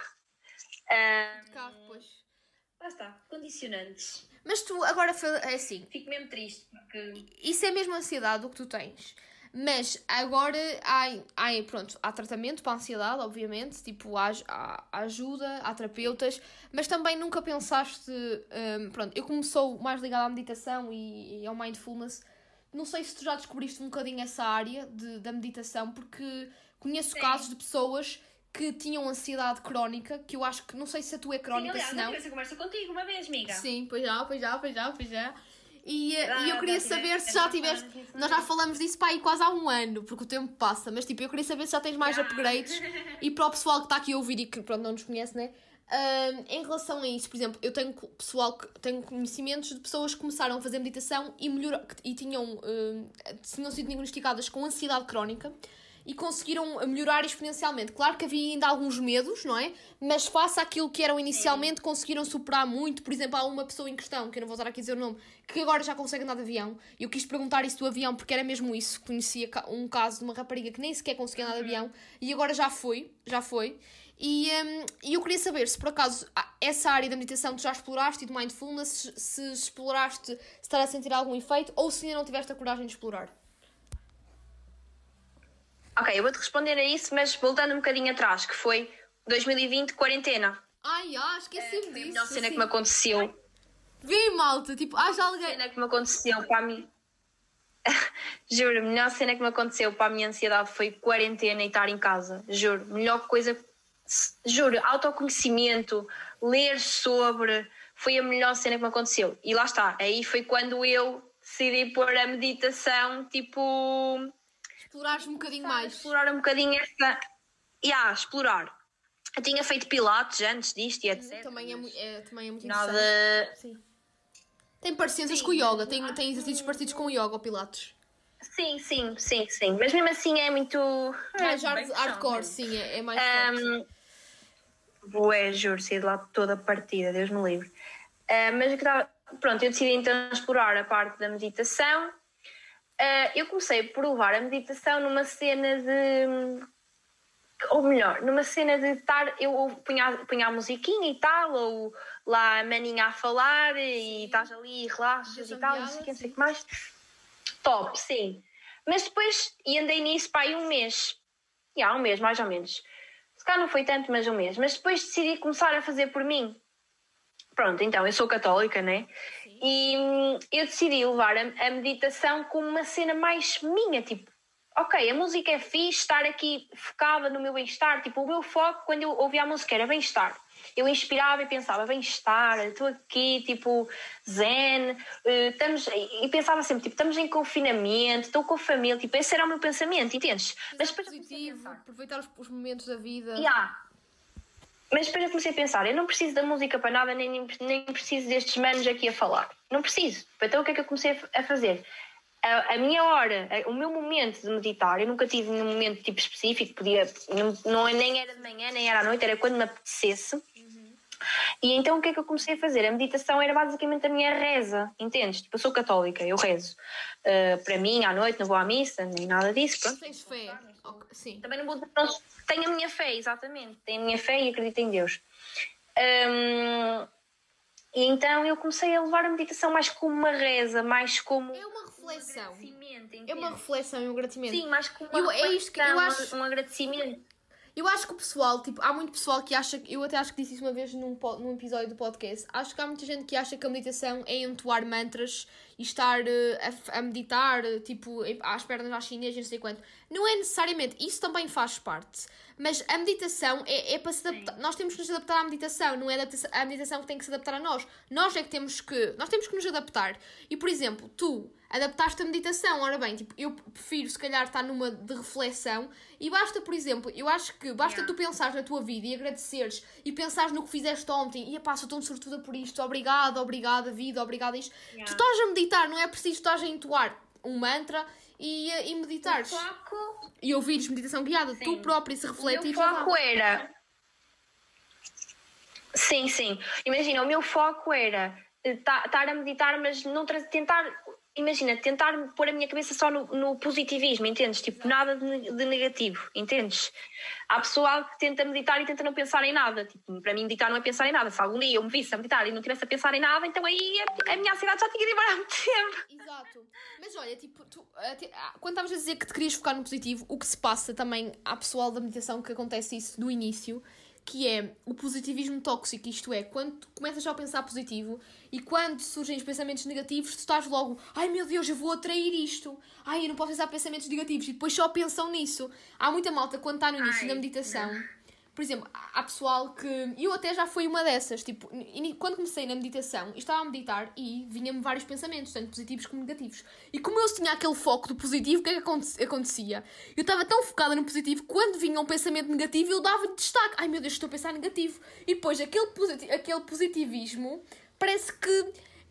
A: Um,
B: de carro, pois.
A: Lá está, condicionantes.
B: Mas tu, agora, é assim...
A: Fico mesmo triste, porque...
B: Isso é mesmo ansiedade, o que tu tens. Mas agora há, há, pronto, há tratamento para a ansiedade, obviamente. Tipo, há, há ajuda, há terapeutas. Mas também nunca pensaste... Um, pronto, eu como sou mais ligada à meditação e, e ao mindfulness... Não sei se tu já descobriste um bocadinho essa área de, da meditação, porque conheço Sim. casos de pessoas que tinham ansiedade crónica, que eu acho que, não sei se a tua é crónica,
A: Sim, aliás,
B: se não...
A: eu tive essa conversa contigo uma vez, amiga.
B: Sim, pois já, pois já, pois já, pois já. E,
A: ah,
B: e eu queria saber se já tiveste... Nós já falamos disso para aí quase há um ano, porque o tempo passa, mas tipo, eu queria saber se já tens mais upgrades. E para o pessoal que está aqui a ouvir e que pronto, não nos conhece, né? Um, em relação a isso, por exemplo, eu tenho pessoal que tenho conhecimentos de pessoas que começaram a fazer meditação e, melhor, e tinham, um, tinham sido diagnosticadas com ansiedade crónica e conseguiram melhorar exponencialmente. Claro que havia ainda alguns medos, não é? Mas face àquilo que eram inicialmente, conseguiram superar muito. Por exemplo, há uma pessoa em questão, que eu não vou usar aqui dizer o nome, que agora já consegue andar de avião. E eu quis perguntar isso do avião, porque era mesmo isso. Conhecia um caso de uma rapariga que nem sequer conseguia andar de avião, e agora já foi, já foi. E, um, e eu queria saber se por acaso essa área da meditação tu já exploraste e do mindfulness, se, se exploraste, se estás a sentir algum efeito, ou se ainda não tiveste a coragem de explorar.
A: Ok, eu vou-te responder a isso, mas voltando um bocadinho atrás, que foi dois mil e vinte, quarentena.
B: Ai, ah, esqueci-me
A: Foi a
B: disso.
A: melhor cena
B: assim.
A: que me aconteceu.
B: Vê, malta, tipo, haja
A: A
B: alguém...
A: cena que me aconteceu para a mim... Juro, a melhor cena que me aconteceu para a minha ansiedade foi quarentena e estar em casa. Juro, melhor coisa... Juro, autoconhecimento, ler sobre... Foi a melhor cena que me aconteceu. E lá está, aí foi quando eu decidi pôr a meditação, tipo...
B: Explorares um bocadinho mais.
A: Explorar um bocadinho esta... Yeah, explorar. Eu tinha feito pilates antes disto e etcétera.
B: Também é, mu- é, também é muito
A: Nada...
B: interessante. Sim. Tem parecenças
A: Sim,
B: com o yoga, tem, tem exercícios parecidos com o yoga ou pilates.
A: Sim, sim, sim, sim. Mas mesmo assim é muito...
B: Mais
A: é,
B: hard,
A: bem
B: hardcore,
A: puxado
B: sim, é, é mais
A: mesmo.
B: forte.
A: Um, Bué, juro, saí de lá toda partida, Deus me livre. Uh, mas eu estava... Pronto, eu decidi então explorar a parte da meditação. Uh, eu comecei a provar a meditação numa cena de... Ou melhor, numa cena de estar... Eu punha, punha a musiquinha e tal, ou lá a maninha a falar e estás ali, relaxas e tal, não sei o que, não sei o que mais. Top, sim. Mas depois, e andei nisso para aí um mês. Já, yeah, um mês, mais ou menos. Se calhar não foi tanto, mas um mês. Mas depois decidi começar a fazer por mim. Pronto, então, eu sou católica, né? Sim. E hum, eu decidi levar a, a meditação como uma cena mais minha, tipo, ok, a música é fixe, estar aqui focada no meu bem-estar, tipo, o meu foco quando eu ouvia a música era bem-estar. Eu inspirava e pensava, bem-estar, estou aqui, tipo, zen, uh, estamos, e pensava sempre, tipo, estamos em confinamento, estou com a família, tipo, esse era o meu pensamento, entendes?
B: Mas depois positivo, aproveitar os, os momentos da vida.
A: Yeah. Mas depois eu comecei a pensar, eu não preciso da música para nada, nem, nem, nem preciso destes manos aqui a falar. Não preciso. Então o que é que eu comecei a fazer? A, a minha hora, a, o meu momento de meditar, eu nunca tive um momento tipo específico, podia, não, não, nem era de manhã, nem era à noite, era quando me apetecesse. Uhum. E então o que é que eu comecei a fazer? A meditação era basicamente a minha reza, entendes? Tipo, eu sou católica, eu rezo. Uh, para mim, à noite, não vou à missa, nem nada disso. Pronto.
B: Tens fé? Okay. Sim.
A: Também não vou dizer, pronto, tenho a minha fé, exatamente. Tenho a minha fé e acredito em Deus. Um, e então eu comecei a levar a meditação mais como uma reza, mais como...
B: É uma reflexão.
A: Um agradecimento,
B: é uma reflexão e um agradecimento.
A: Sim, mais como uma
B: eu,
A: reflexão,
B: é isto que eu acho...
A: um agradecimento.
B: Eu acho que o pessoal, tipo, há muito pessoal que acha, eu até acho que disse isso uma vez num, num episódio do podcast, acho que há muita gente que acha que a meditação é entoar mantras e estar uh, a, a meditar, tipo, às pernas às chinesas, não sei quanto. Não é necessariamente, isso também faz parte, mas a meditação é, é para se adaptar, nós temos que nos adaptar à meditação, não é a meditação que tem que se adaptar a nós. Nós é que temos que, nós temos que nos adaptar. E, por exemplo, tu adaptaste a meditação, ora bem, tipo, eu prefiro se calhar estar numa de reflexão e basta, por exemplo, eu acho que basta yeah. tu pensares na tua vida e agradeceres e pensares no que fizeste ontem e pá, sou tão sortuda por isto, obrigada, obrigada vida, obrigada isto. Yeah. Tu estás a meditar, não é preciso estás a entoar um mantra e, e meditares.
A: O foco...
B: E ouvires meditação guiada, sim. Tu próprio se reflete.
A: O meu foco era... Sim, sim. Imagina, o meu foco era estar a meditar, mas não tentar... Imagina, tentar pôr a minha cabeça só no, no positivismo, entendes? Tipo, nada de, de negativo, entendes? Há pessoal que tenta meditar e tenta não pensar em nada. Tipo, para mim meditar não é pensar em nada. Se algum dia eu me visse a meditar e não estivesse a pensar em nada, então aí a, a minha ansiedade já tinha ido embora há muito tempo.
B: Exato. Mas olha, tipo, tu, quando estavas a dizer que te querias focar no positivo, o que se passa também há pessoal da meditação que acontece isso do início, que é o positivismo tóxico, isto é, quando tu começas só a pensar positivo e quando surgem os pensamentos negativos, tu estás logo, ai meu Deus, eu vou atrair isto, ai eu não posso pensar pensamentos negativos, e depois só pensam nisso. Há muita malta quando está no início ai, da meditação, não. Por exemplo, há pessoal que, eu até já fui uma dessas, tipo, quando comecei na meditação, eu estava a meditar e vinha-me vários pensamentos, tanto positivos como negativos. E como eu tinha aquele foco do positivo, o que é que acontecia? Eu estava tão focada no positivo, quando vinha um pensamento negativo, eu dava-lhe destaque. Ai meu Deus, estou a pensar negativo. E depois, aquele, posit- aquele positivismo, parece que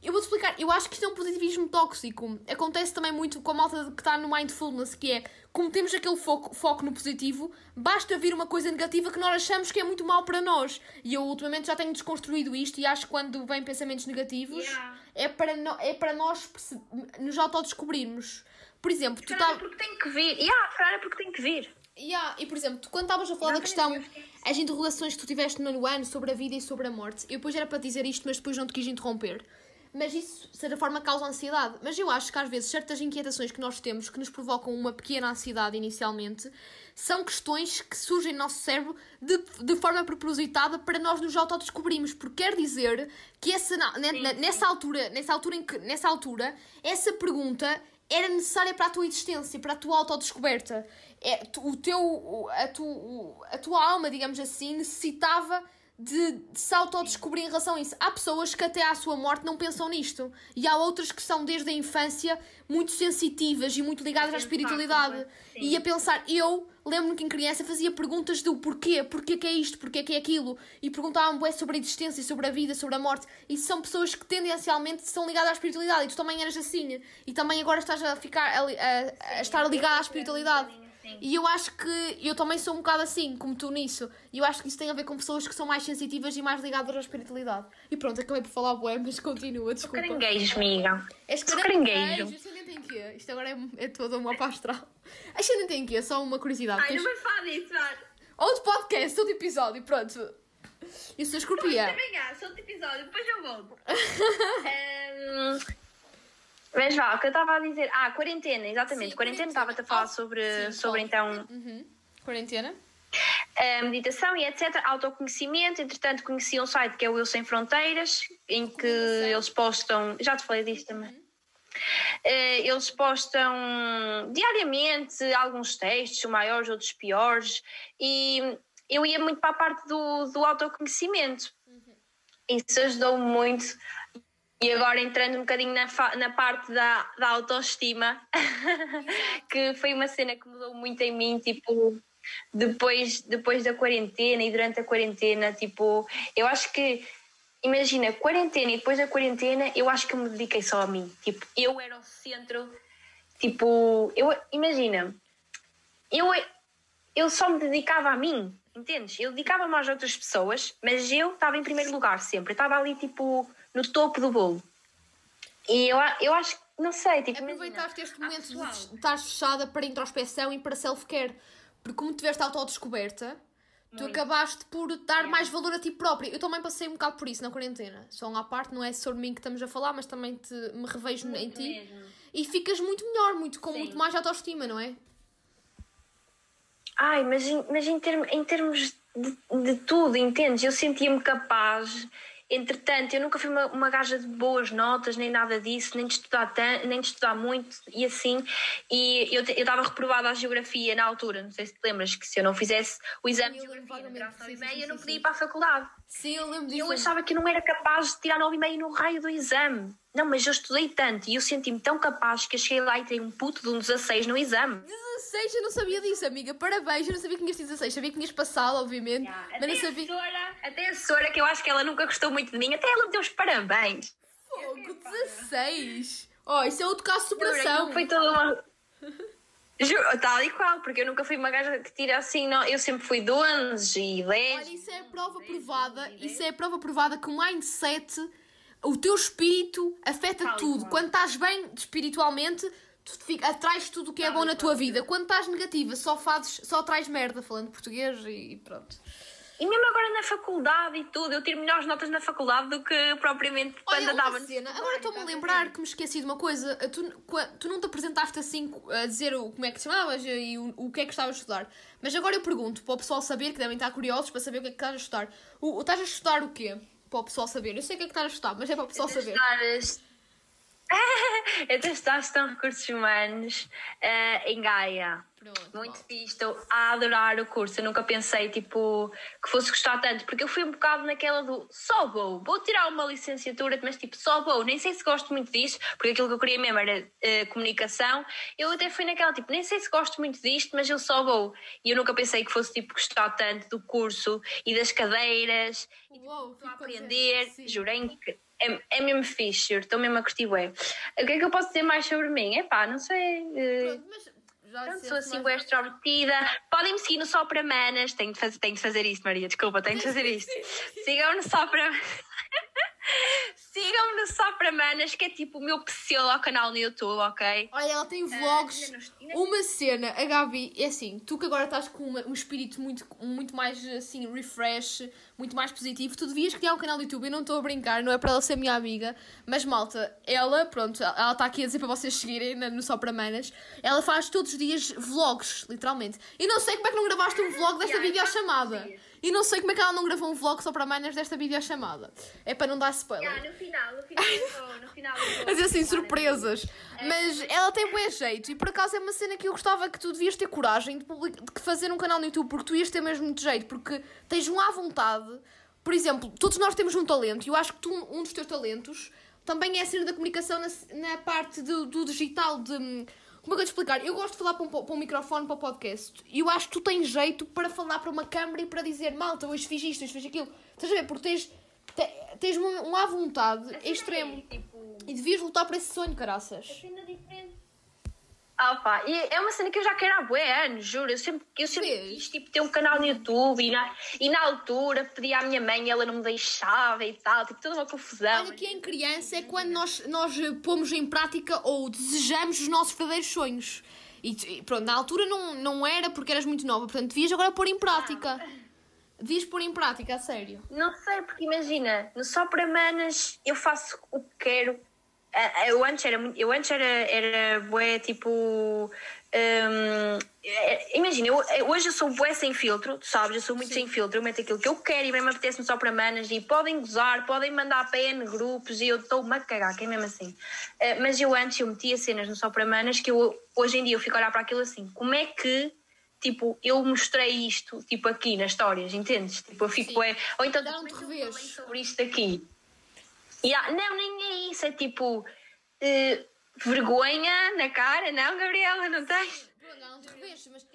B: Eu vou-te explicar, eu acho que isto é um positivismo tóxico. Acontece também muito com a malta que está no mindfulness, que é, como temos aquele foco, foco no positivo, basta vir uma coisa negativa que nós achamos que é muito mal para nós. E eu ultimamente já tenho desconstruído isto e acho que quando vêm pensamentos negativos,
A: Yeah.
B: é, para no, é para nós perce- nos autodescobrirmos. Por exemplo, tu
A: Se calhar
B: tá...
A: é porque tem que vir. Yeah, se calhar é porque tem que vir.
B: Yeah, e por exemplo, tu quando estavas a falar da questão, as interrogações que tu tiveste no nono ano sobre a vida e sobre a morte, eu depois era para dizer isto, mas depois não te quis interromper. Mas isso, de certa forma, causa ansiedade. Mas eu acho que às vezes certas inquietações que nós temos, que nos provocam uma pequena ansiedade inicialmente, são questões que surgem no nosso cérebro de, de forma propositada para nós nos autodescobrirmos. Porque quer dizer que essa, na-
A: Sim,
B: na- nessa, altura, nessa, altura em que, nessa altura, essa pergunta era necessária para a tua existência, para a tua autodescoberta. É, tu- o teu, o- a, tu, o- a tua alma, digamos assim, necessitava de, de se autodescobrir em relação a isso. Há pessoas que até à sua morte não pensam nisto. E há outras que são desde a infância muito sensitivas e muito ligadas à espiritualidade.
A: Sim.
B: E a pensar, eu lembro-me que em criança fazia perguntas do porquê, porquê que é isto, porquê que é aquilo. E perguntavam bué sobre a existência, sobre a vida, sobre a morte. E são pessoas que tendencialmente são ligadas à espiritualidade. E tu também eras assim. E também agora estás a ficar a, a- a estar ligada à espiritualidade.
A: Sim.
B: E eu acho que eu também sou um bocado assim, como tu nisso. E eu acho que isso tem a ver com pessoas que são mais sensitivas e mais ligadas à espiritualidade. E pronto, acabei por falar bué, mas continua, desculpa.
A: Caranguejos, amiga.
B: És
A: Sou
B: caranguejo.
A: caranguejo.
B: Ascendente em quê? Isto agora é, é toda uma pastral. Ascendente em quê? Só uma curiosidade.
A: Ai,
B: Tens-
A: não me fala disso, mano.
B: Outro podcast, outro episódio, pronto. Eu sou escorpião.
A: Também há, só outro episódio, depois eu volto. um, mas vá, o que eu estava a dizer. Ah, quarentena, exatamente.
B: Sim,
A: quarentena,
B: quarentena.
A: estava-te a falar
B: Ah,
A: sobre,
B: sim,
A: sobre
B: fala.
A: então
B: Uhum. Quarentena?
A: a meditação e etcétera. Autoconhecimento. Entretanto, conheci um site que é o Eu Sem Fronteiras, em que
B: Recomendação.
A: eles postam. Já te falei disto também.
B: Uhum.
A: Eh, eles postam diariamente alguns textos, maiores, outros piores, e eu ia muito para a parte do, do autoconhecimento.
B: Uhum.
A: Isso ajudou-me muito. E agora entrando um bocadinho na, fa- na parte da, da autoestima, que foi uma cena que mudou muito em mim, tipo, depois, depois da quarentena e durante a quarentena, tipo, eu acho que, imagina, quarentena e depois da quarentena, eu acho que eu me dediquei só a mim. Tipo, eu era o centro, tipo, eu, imagina, eu, eu só me dedicava a mim, entendes? Eu dedicava-me às outras pessoas, mas eu estava em primeiro lugar sempre. Eu estava ali, tipo, no topo do bolo. E eu, eu acho que, não sei, tipo,
B: Aproveitaste
A: imagina,
B: este momento
A: pessoal.
B: de estar fechada para introspeção e para self-care. Porque como tiveste autodescoberta, tu
A: Muito.
B: acabaste por dar
A: Yeah.
B: mais valor a ti própria. Eu também passei um bocado por isso na quarentena. Só uma parte, não é sobre mim que estamos a falar, mas também te, me revejo em
A: Muito
B: ti.
A: mesmo.
B: E ficas muito melhor, muito, com
A: Sim.
B: muito mais autoestima, não é?
A: Ai, mas, em, mas em, term, em termos de, de tudo, entendes? Eu sentia-me capaz. Entretanto, eu nunca fui uma, uma gaja de boas notas, nem nada disso, nem de estudar, tan, nem de estudar muito e assim. E eu te- eu estava reprovada à geografia na altura, não sei se te lembras, que se eu não fizesse o exame
B: Sim,
A: de
B: eu lembro
A: geografia no
B: vagamente,
A: grau
B: sim,
A: nove e
B: sim,
A: meia,
B: sim,
A: eu não
B: sim,
A: podia
B: sim.
A: ir para a faculdade.
B: Sim, eu lembro disso.
A: Eu achava que eu não era capaz de tirar nove e meia no raio do exame. Não, mas eu estudei tanto e eu senti-me tão capaz que eu cheguei lá e tirei um puto de um dezasseis no exame.
B: dezasseis, eu não sabia disso, amiga. Parabéns, eu não sabia que tinhas dezasseis. Sabia que tinhas passado, obviamente. mas
A: Até
B: não
A: a
B: sabia.
A: Sora, até a Sora, que eu acho que ela nunca gostou muito de mim, até ela me deu os parabéns.
B: Fogo, dezasseis. Oh, isso é outro caso de superação.
A: Foi toda uma... Juro, tal e qual, porque eu nunca fui uma gaja que tira assim, não. Eu sempre fui de onze e dez.
B: Olha, isso é a prova provada. Isso é a prova provada que o mindset, o teu espírito, afeta
A: Tal e
B: tudo.
A: qual.
B: Quando estás bem espiritualmente, tu te fica, atrás tudo o que é
A: Tal
B: bom
A: e
B: na
A: qual.
B: tua vida. Quando estás negativa, só fazes, só traz merda, falando português e pronto.
A: E mesmo agora na faculdade e tudo, eu tiro melhores notas na faculdade do que propriamente quando
B: Olha,
A: andava
B: uma
A: no
B: cena.
A: secundário,
B: Agora estou-me a
A: estás
B: lembrar
A: ver?
B: que me esqueci de uma coisa. Tu, qua- tu não te apresentaste assim a dizer o, como é que te chamavas e o, o que é que estavas a estudar. Mas agora eu pergunto, para o pessoal saber, que devem estar curiosos para saber o que é que estás a estudar. O, o- estás a estudar o quê? Para o pessoal saber. Eu sei o que é que estás a estudar, mas é para o pessoal
A: Eu estou
B: saber.
A: a estudar- Eu estou a estudar gestão de recursos humanos eh, em Gaia.
B: Pronto,
A: Muito
B: bom.
A: fixe, estou a adorar o curso. Eu nunca pensei tipo, que fosse gostar tanto, porque eu fui um bocado naquela do só vou, vou tirar uma licenciatura, mas tipo, só vou, nem sei se gosto muito disto, porque aquilo que eu queria mesmo era eh, comunicação. Eu até fui naquela tipo, nem sei se gosto muito disto, mas eu só vou. E eu nunca pensei que fosse tipo gostar tanto do curso e das cadeiras.
B: Uou,
A: Estou a
B: fico contente.
A: aprender,
B: Sim.
A: jurei que é, é mesmo fixe, estou mesmo a curtir bué. O que é que eu posso dizer mais sobre mim? Epá, não sei. Uh...
B: Pronto, mas já
A: Pronto,
B: disseste
A: sou assim,
B: mais-
A: bué extrovertida. Podem me seguir no Só para Manas. Tenho de, fazer, tenho de fazer isto, Maria. Desculpa, tenho de fazer isto. Sigam-me no Só para... Sigam-me no Só para Manas, que é tipo o meu pseudo ao canal no YouTube, ok?
B: Olha, ela tem vlogs, uma cena, a Gabi, é assim, tu que agora estás com uma- um espírito muito, muito mais, assim, refresh, muito mais positivo, tu devias criar um canal no YouTube, eu não estou a brincar, não é para ela ser minha amiga, mas malta, ela, pronto, ela está aqui a dizer para vocês seguirem no Só para Manas, ela faz todos os dias vlogs, literalmente. E não sei como é que não gravaste um vlog desta videochamada. E não sei como é que ela não gravou um vlog Só para Manas desta videochamada. É para não dar spoiler.
A: Ah, no final, no final eu vou, no final eu vou.
B: Mas assim, surpresas. Mas ela tem bom jeito. E por acaso é uma cena que eu gostava que tu devias ter coragem de, public... de fazer um canal no YouTube. Porque tu ias ter mesmo muito jeito. Porque tens um à vontade. Por exemplo, todos nós temos um talento. E eu acho que tu, um dos teus talentos também é a cena da comunicação na, na parte do, do digital. De, como é que eu te explicar? Eu gosto de falar para um, para um microfone, para o podcast. E eu acho que tu tens jeito para falar para uma câmara e para dizer: malta, hoje fiz isto, hoje fiz aquilo. Estás a ver? Porque tens... Tens um, um à vontade extremo.
A: É, tipo,
B: E devias lutar para esse sonho, caraças.
A: cena diferente. Ah, pá, e é uma cena que eu já quero há bué anos, juro. Eu sempre, eu sempre
B: Vês?
A: quis tipo, ter um canal no YouTube e na, e na altura pedi à minha mãe e ela não me deixava e tal, tipo, toda uma confusão.
B: Olha que em criança é quando nós, nós eh, pomos em prática ou desejamos os nossos verdadeiros sonhos. E e pronto, na altura não, não era porque eras muito nova, portanto devias agora pôr em prática. Devias pôr em prática, a sério.
A: Não sei, porque imagina, no Só para Manas eu faço o que quero. Ah, Eu antes era muito. Eu antes era, era bué tipo. hum, é- imagina, eu, eu- hoje eu sou bué sem filtro, tu sabes? Eu sou muito
B: Sim.
A: sem filtro, eu meto aquilo que eu quero e bem me apetece-me Só para Manas e podem gozar, podem mandar P N grupos e eu estou-me a cagar, que é mesmo assim. Ah, mas eu antes eu metia cenas no Só para Manas que eu, hoje em dia eu fico a olhar para aquilo assim, como é que. Tipo, eu mostrei isto, tipo, aqui nas histórias, entendes? Tipo, eu fico,
B: Sim.
A: é, ou então,
B: Dá um
A: tipo,
B: revés.
A: eu falei sobre isto aqui. Yeah, não, nem é isso, é tipo, eh, vergonha na cara, não, Gabriela, não tens?
B: Não, de revés, mas...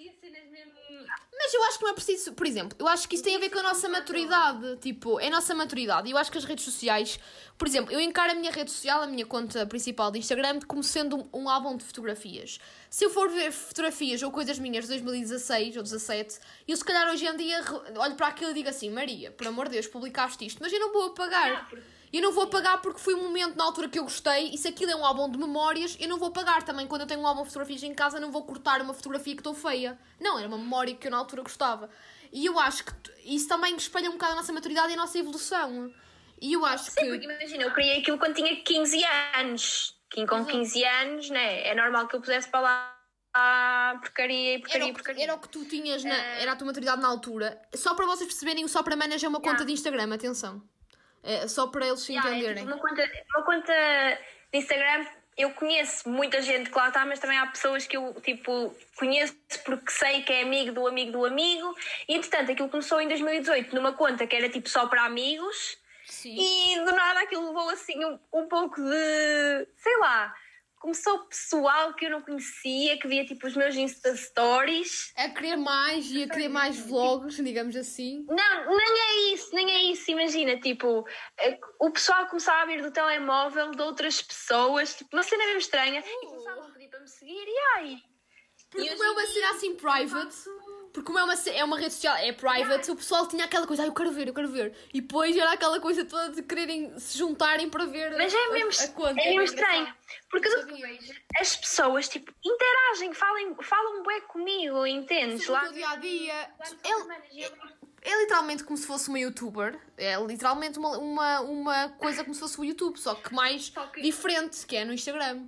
B: Mas eu acho que não é preciso, por exemplo, eu acho que isso tem a ver com a nossa maturidade, tipo, é a nossa maturidade. E eu acho que as redes sociais, por exemplo, eu encaro a minha rede social, a minha conta principal de Instagram, como sendo um, um álbum de fotografias. Se eu for ver fotografias ou coisas minhas de dois mil e dezasseis ou dezassete, eu se calhar hoje em dia re- olho para aquilo e digo assim: Maria, por amor de Deus, publicaste isto, mas eu não vou apagar. Eu não vou apagar porque foi um momento na altura que eu gostei, e se aquilo é um álbum de memórias, eu não vou apagar também. Quando eu tenho um álbum de fotografias em casa, não vou cortar uma fotografia que estou feia. Não, era uma memória que eu na altura gostava. E eu acho que t- isso também espelha um bocado a nossa maturidade e a nossa evolução. E eu acho
A: Sim,
B: que...
A: porque imagina, eu criei aquilo quando tinha quinze anos. Que com
B: Exato.
A: quinze anos, né, é normal que eu pusesse para lá ah, porcaria e
B: Era
A: porcaria
B: o,
A: e
B: que,
A: porcaria.
B: era o que tu tinhas, na, era a tua maturidade na altura. Só para vocês perceberem, o Só para Manas é uma conta de Instagram, atenção. É só para eles se
A: Yeah, é
B: entenderem.
A: tipo uma, conta, uma conta de Instagram, eu conheço muita gente que lá está, mas também há pessoas que eu tipo, conheço porque sei que é amigo do amigo do amigo. E entretanto, aquilo começou em dois mil e dezoito numa conta que era tipo só para amigos.
B: Sim.
A: E do nada aquilo levou assim um, um pouco de, sei lá, começou pessoal que eu não conhecia, que via tipo os meus Insta Stories.
B: A querer mais e a querer mais vlogs, digamos assim.
A: Não, nem é isso, nem é isso, imagina, tipo, eh, o pessoal começava a vir do telemóvel de outras pessoas, tipo, uma cena mesmo estranha, e começavam a pedir para me seguir, e ai...
B: Porque
A: E
B: como
A: hoje
B: é uma
A: em
B: cena assim private, porque como é uma, ce- é uma rede social, é private, o pessoal tinha aquela coisa, ah, eu quero ver, eu quero ver. E depois era aquela coisa toda de quererem se juntarem para ver
A: Mas é
B: a,
A: mesmo,
B: a, a conta.
A: é mesmo
B: engraçado.
A: estranho, porque
B: Não
A: do que
B: sabia.
A: vejo, as pessoas, tipo, interagem, falam, falam bué comigo, entendes?
B: Sobre o
A: Lá
B: teu dia-a-dia.
A: lá no
B: É,
A: Semanas, e eu-
B: é literalmente como se fosse uma youtuber. É literalmente uma, uma, uma coisa como se fosse o YouTube, só que mais
A: Só que-
B: diferente, que é no Instagram.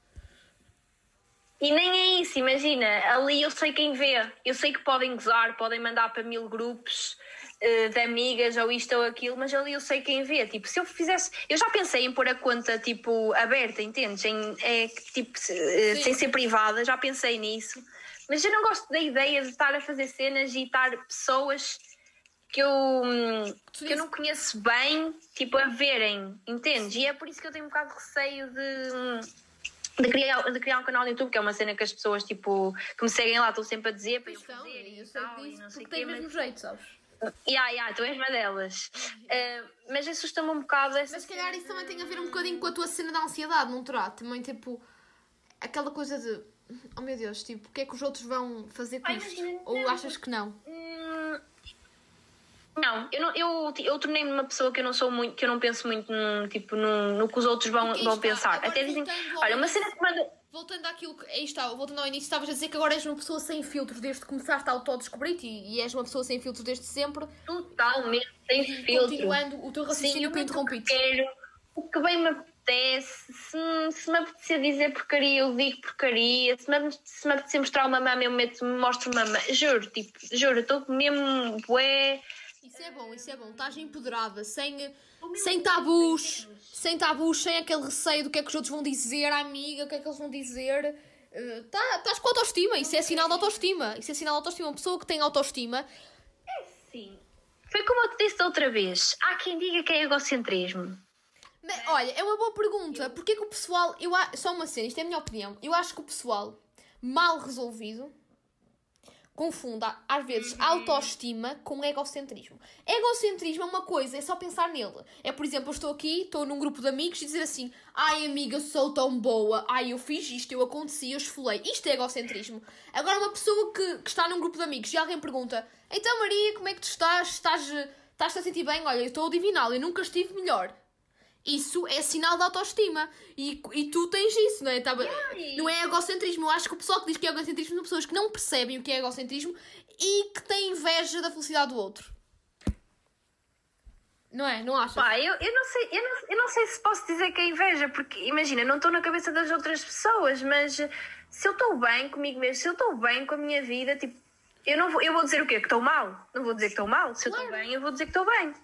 A: E nem é isso, imagina, ali eu sei quem vê, eu sei que podem gozar, podem mandar para mil grupos eh, de amigas ou isto ou aquilo, mas ali eu sei quem vê, tipo, se eu fizesse, eu já pensei em pôr a conta, tipo, aberta, entendes, em, é, tipo, se- eh,
B: Sim.
A: sem ser privada, já pensei nisso, mas eu não gosto da ideia de estar a fazer cenas e estar pessoas que eu, hum,
B: Tu
A: que eu não conheço bem, tipo, a verem, entendes, e é por isso que eu tenho um bocado de receio de... hum, De criar, de criar um canal no YouTube, que é uma cena que as pessoas tipo, que me seguem lá estão sempre a dizer para eu
B: Então,
A: fazer
B: eu
A: e
B: sei
A: tal, e
B: disso
A: não sei
B: porque
A: o quê,
B: tem mesmo
A: mas,
B: jeito, sabes?
A: Ya, ya, tu és uma delas. Uh, mas assusta-me um bocado essa.
B: Mas se calhar isso também tem a ver um bocadinho com a tua cena da ansiedade, não terá? Também, tipo, aquela coisa de... Oh, meu Deus, tipo, o que é que os outros vão fazer com
A: Ai,
B: isto?
A: imagina,
B: Ou
A: não.
B: achas que não?
A: Hum, Não, eu, não, eu, eu tornei-me uma pessoa que eu não sou muito, que eu não penso muito no, tipo, no, no que os outros vão,
B: Porque aí
A: vão
B: está.
A: pensar.
B: Agora,
A: Até dizem,
B: voltando ao
A: olha, uma
B: início-
A: cena que manda.
B: Voltando àquilo que... Aí está, voltando ao início, estavas a dizer que agora és uma pessoa sem filtros desde que começaste a autodescobrir-te e, e és uma pessoa sem filtros desde sempre.
A: Totalmente sem filtro.
B: Continuando o teu
A: Sim,
B: raciocínio
A: eu
B: que eu
A: meto o que
B: interrompi-te.
A: quero, o que bem me apetece. Se, me- se me apetecer dizer porcaria, eu digo porcaria. Se me, se me apetecer mostrar uma mama, eu meto, mostro uma mama. Juro, tipo, juro, estou mesmo bué.
B: Isso é bom, isso é bom. Estás empoderada, sem, sem tabus, sem tabus, sem aquele receio do que é que os outros vão dizer à amiga, o que é que eles vão dizer. Uh, tá, estás com autoestima, isso é sinal de autoestima. Isso é sinal de autoestima. Uma pessoa que tem autoestima.
A: Sim. Foi como eu te disse da outra vez. Há quem diga que é egocentrismo.
B: Mas, olha, é uma boa pergunta. Porquê que o pessoal. Eu, a- só uma cena, isto é a minha opinião. Eu acho que o pessoal mal resolvido confunde às vezes autoestima com egocentrismo. Egocentrismo é uma coisa, é só pensar nele. É, por exemplo, eu estou aqui, estou num grupo de amigos e dizer assim: ai amiga, sou tão boa, ai eu fiz isto, eu aconteci, eu esfolei. Isto é egocentrismo. Agora, uma pessoa que, que está num grupo de amigos e alguém pergunta: então Maria, como é que tu estás? Estás, estás-te a sentir bem? Olha, eu estou divinal, eu nunca estive melhor. Isso é sinal de autoestima. E, e tu tens isso, não é? Tá, não é egocentrismo. Eu acho que o pessoal que diz que é egocentrismo são pessoas que não percebem o que é egocentrismo e que têm inveja da felicidade do outro. Não é? Não achas?
A: Pá, eu, eu, não sei, eu, não, eu não sei se posso dizer que é inveja, porque imagina, não estou na cabeça das outras pessoas, mas se eu estou bem comigo mesmo, se eu estou bem com a minha vida, tipo, eu, não vou, eu vou dizer o quê? Que estou mal? Não vou dizer que estou mal. Se eu estou bem, eu vou dizer que estou bem.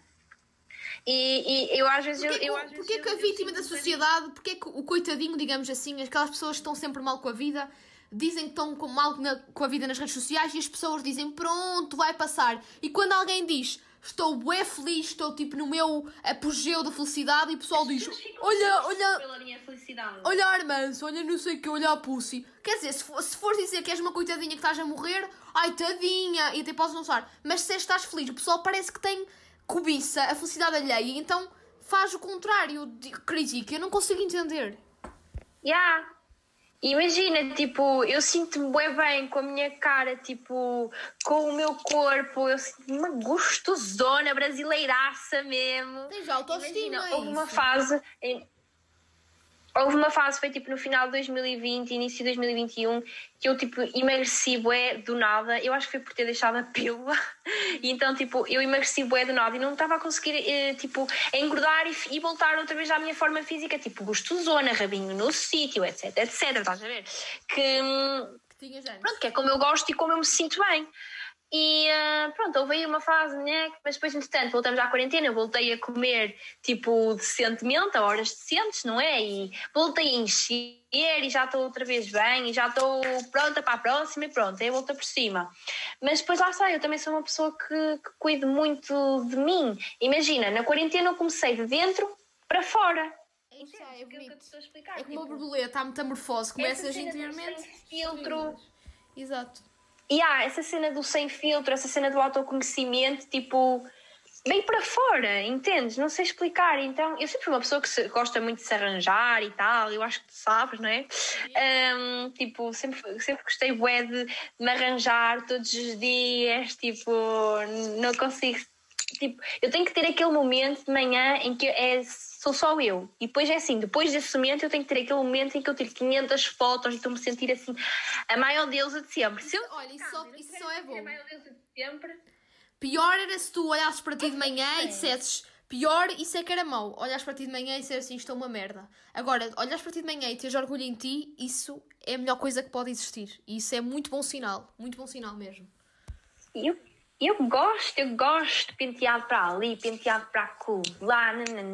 A: E, e eu às vezes...
B: Porquê,
A: eu, eu,
B: que-
A: às vezes
B: porquê
A: eu-
B: que a
A: eu
B: vítima
A: sinto
B: da
A: um
B: sociedade, porquê que o coitadinho, digamos assim, aquelas pessoas que estão sempre mal com a vida, dizem que estão com mal na- com a vida nas redes sociais e as pessoas dizem pronto, vai passar. E quando alguém diz estou bué feliz, estou tipo no meu apogeu da felicidade e o pessoal diz
A: bocadinho- ficam
B: olha,
A: tristes
B: olha,
A: pela minha felicidade.
B: olha a Armanço, olha não sei o que, olha a Pussy. Quer dizer, se, for, se fores dizer que és uma coitadinha que estás a morrer, ai tadinha, e até podes não usar. Mas se estás feliz, o pessoal parece que tem cobiça a felicidade alheia, então faz o contrário, de- critica. Eu não consigo entender.
A: Yeah. Imagina, tipo, eu sinto-me bué bem com a minha cara, tipo, com o meu corpo, eu sinto-me uma gostosona brasileiraça mesmo.
B: Tens autoestima,
A: Imagina,
B: é
A: houve uma
B: isso.
A: fase, em- houve uma fase, foi tipo no final de dois mil e vinte, início de dois mil e vinte e um, que eu tipo emagreci bué do nada. Eu acho que foi por ter deixado a pílula. E então tipo, eu emagreci bué do nada e não estava a conseguir eh, tipo, engordar e, e voltar outra vez à minha forma física, tipo gostosona, rabinho no sítio, etc, etc, estás a ver? Que, hum,
B: Que tinhas antes.
A: pronto, que é como eu gosto e como eu me sinto bem. E ah, pronto, houve aí uma fase, né? Mas depois, entretanto, voltamos à quarentena, eu voltei a comer, tipo, decentemente, a horas decentes, não é? E voltei a encher e já estou outra vez bem e já estou pronta para a próxima e pronto, aí volta por cima. Mas depois lá está, eu também sou uma pessoa que, que cuido muito de mim. Imagina, na quarentena eu comecei de dentro para fora.
B: É isso, é, é
A: Aquilo que eu te
B: bonito.
A: estou a explicar.
B: É como uma
A: tipo,
B: borboleta, a metamorfose.
A: essa
B: Começas
A: cena do
B: interiormente.
A: sem filtro.
B: Exato.
A: E há essa cena do sem filtro, essa cena do autoconhecimento, tipo, bem para fora, entendes? Não sei explicar. Então, eu sempre fui uma pessoa que se- gosta muito de se arranjar e tal, eu acho que tu sabes, não é? Ahm, tipo, sempre, sempre gostei bué de me arranjar todos os dias, tipo, não consigo. Tipo, eu tenho que ter aquele momento de manhã em que é, sou só eu. E depois é assim, depois desse momento eu tenho que ter aquele momento em que eu tiro quinhentas fotos e estou-me a sentir assim, a maior deusa de sempre. Se eu,
B: Olha, isso só, isso só é bom.
A: a maior deusa de sempre.
B: Pior era se tu olhasses para ti de manhã e dissesses pior, isso é que era mau. Olhas para ti de manhã e disseres assim, estou uma merda. Agora, olhas para ti de manhã e teres orgulho em ti, isso é a melhor coisa que pode existir. E isso é muito bom sinal. Muito bom sinal mesmo.
A: Eu, eu gosto, eu gosto de penteado para ali, penteado para lá,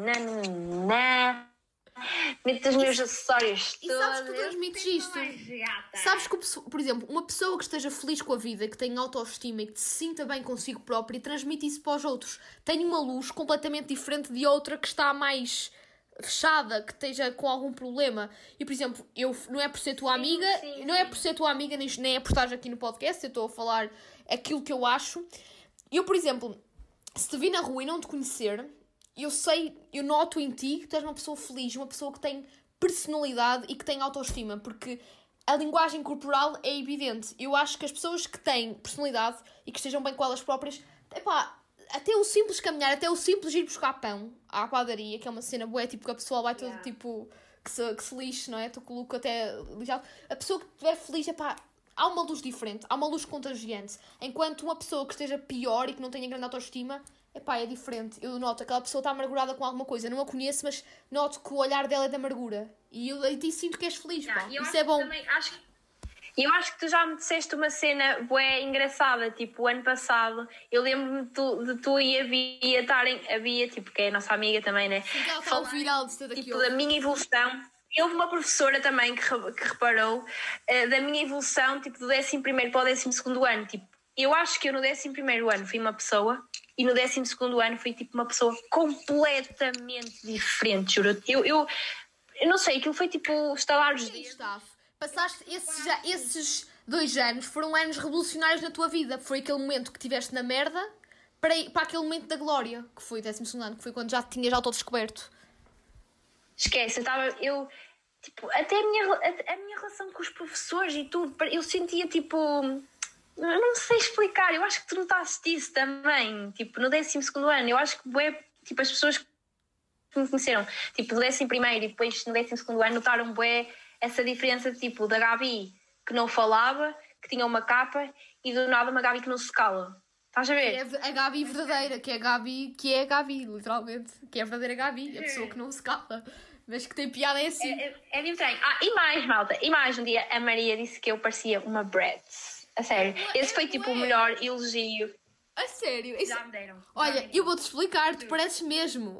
A: nananana. Meto os meus acessórios
B: E sabes que tu
A: todos.
B: transmites
A: Eu
B: isto?
A: sou mais gata.
B: Sabes que, o pesso- por exemplo, uma pessoa que esteja feliz com a vida, que tenha autoestima e que se sinta bem consigo própria, transmite isso para os outros. Tem uma luz completamente diferente de outra que está mais fechada, que esteja com algum problema. E, por exemplo, eu não é por ser tua amiga,
A: sim,
B: não é por ser tua amiga, nem, nem é por estar aqui no podcast, eu estou a falar aquilo que eu acho. Eu, por exemplo, se te vir na rua e não te conhecer, eu sei, eu noto em ti que tu és uma pessoa feliz, uma pessoa que tem personalidade e que tem autoestima, porque a linguagem corporal é evidente. Eu acho que as pessoas que têm personalidade e que estejam bem com elas próprias, epá, até o simples caminhar, até o simples ir buscar pão à padaria, que é uma cena boa, tipo que a pessoa vai todo yeah. tipo que se, que se lixe, não é? Tu coloca até lixado. A pessoa que estiver feliz, epá, há uma luz diferente, há uma luz contagiante. Enquanto uma pessoa que esteja pior e que não tenha grande autoestima, epá, é diferente. Eu noto, aquela pessoa está amargurada com alguma coisa. Eu não a conheço, mas noto que o olhar dela é de amargura. E eu e sinto que és feliz,
A: yeah,
B: pá. Isso é bom.
A: Também, acho, eu acho que tu já me disseste uma cena bué engraçada. Tipo, o ano passado, eu lembro-me de tu, de tu e a Bia estarem... A Bia, tipo, que é a nossa amiga também, né?
B: Sim, ela está viral de tudo aquilo.
A: Tipo, da minha evolução. Houve uma professora também que, que reparou uh, da minha evolução, tipo, do décimo primeiro para o décimo segundo ano. Tipo, eu acho que eu no décimo primeiro ano fui uma pessoa e no décimo segundo ano fui, tipo, uma pessoa completamente diferente, juro. Eu, eu, eu não sei, aquilo foi, tipo, estalar os dedos.
B: Passaste esses, já, esses dois anos, foram anos revolucionários na tua vida. Foi aquele momento que estiveste na merda para, para aquele momento da glória, que foi o décimo segundo ano, que foi quando já te tinhas autodescoberto.
A: Esquece, eu estava... Eu, tipo, até a minha, a, a minha relação com os professores e tudo, eu sentia, tipo... Eu não sei explicar, eu acho que tu notaste isso também, tipo, no décimo segundo ano. Eu acho que, bué, tipo, as pessoas que me conheceram, tipo, do décimo primeiro e depois no décimo segundo ano, notaram, bué, essa diferença, tipo, da Gabi que não falava, que tinha uma capa, e do nada uma Gabi que não se cala. Estás a ver?
B: É a Gabi verdadeira, que é a Gabi, que é a Gabi, literalmente. Que é a verdadeira Gabi, a pessoa que não se cala. Mas que tem piada é assim.
A: É, é, é diferente. Ah, e mais, malta, e mais um dia a Maria disse que eu parecia uma Bratz. A sério. Esse foi tipo o melhor elogio.
B: A sério? Isso...
A: Já me deram.
B: Olha, eu vou-te explicar, tu pareces mesmo.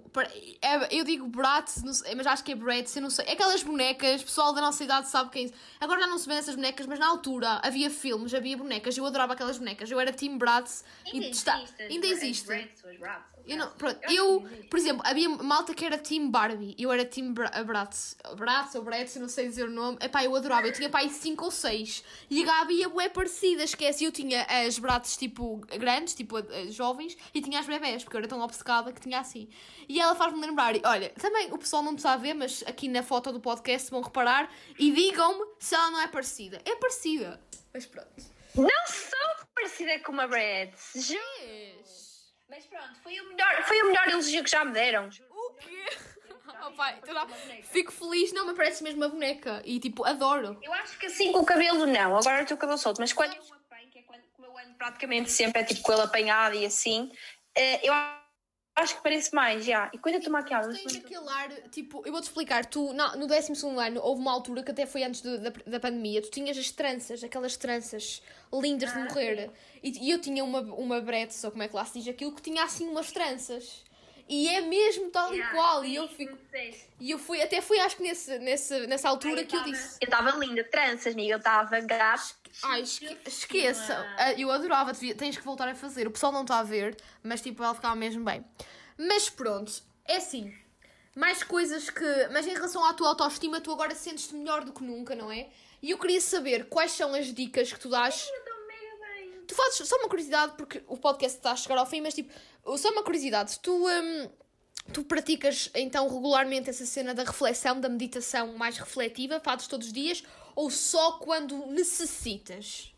B: Eu digo Bratz, mas acho que é Bratz, eu não sei. Aquelas bonecas, pessoal da nossa idade sabe quem é. Agora já não se vê essas bonecas, mas na altura havia filmes, havia bonecas, eu adorava aquelas bonecas. Eu era Team Bratz.
A: Ainda
B: e
A: existe.
B: Está... Ainda existe.
A: Bratz,
B: Eu, não, pronto, eu, por exemplo, havia malta que era Team Barbie, eu era Team Bra- Bratz, Bratz ou Bratz, eu não sei dizer o nome. Epá, eu adorava, eu tinha pá aí cinco ou seis. E a Gabi é bué parecida, esquece, eu tinha as Bratz tipo grandes, tipo as jovens, e tinha as bebés, porque eu era tão obcecada que tinha assim. E ela faz-me lembrar, e olha, também o pessoal não me sabe ver, mas aqui na foto do podcast vão reparar, e digam-me se ela não é parecida. É parecida, mas pronto.
A: Não sou parecida com uma Bratz, juro. Mas pronto, foi o melhor, foi o melhor elogio que já me deram.
B: O quê? Oh, pai, lá... Fico feliz, não, mas parece mesmo uma boneca. E tipo, adoro.
A: Eu acho que assim com o cabelo não, agora eu tenho o cabelo solto, mas quando eu apanho, que é quando eu ando praticamente sempre é tipo com ele apanhado e assim, eu acho que parece mais, já. E quando eu estou maquiada...
B: Tu tens aquele ar, tipo, eu vou-te explicar, tu na, no décimo segundo ano houve uma altura que até foi antes de, da, da pandemia, tu tinhas as tranças, aquelas tranças lindas ah, de morrer. E, e eu tinha uma, uma Bratz, ou como é que lá se diz aquilo, que tinha assim umas tranças. E é mesmo tal yeah, e qual. Sim, e eu fico. E eu fui, até fui, acho que nesse, nesse, nessa altura eu que tava, eu disse.
A: Eu estava linda, tranças, amiga, eu estava gato.
B: Ai, esque, esqueça. Eu adorava, tens que voltar a fazer. O pessoal não está a ver, mas tipo, ela ficava mesmo bem. Mas pronto, é assim. Mais coisas que. Mas em relação à tua autoestima, tu agora sentes-te melhor do que nunca, não é? E eu queria saber quais são as dicas que tu dás. Tu fazes, só uma curiosidade, porque o podcast está a chegar ao fim, mas tipo, só uma curiosidade, tu, hum, tu praticas então regularmente essa cena da reflexão, da meditação mais refletiva, fazes todos os dias, ou só quando necessitas?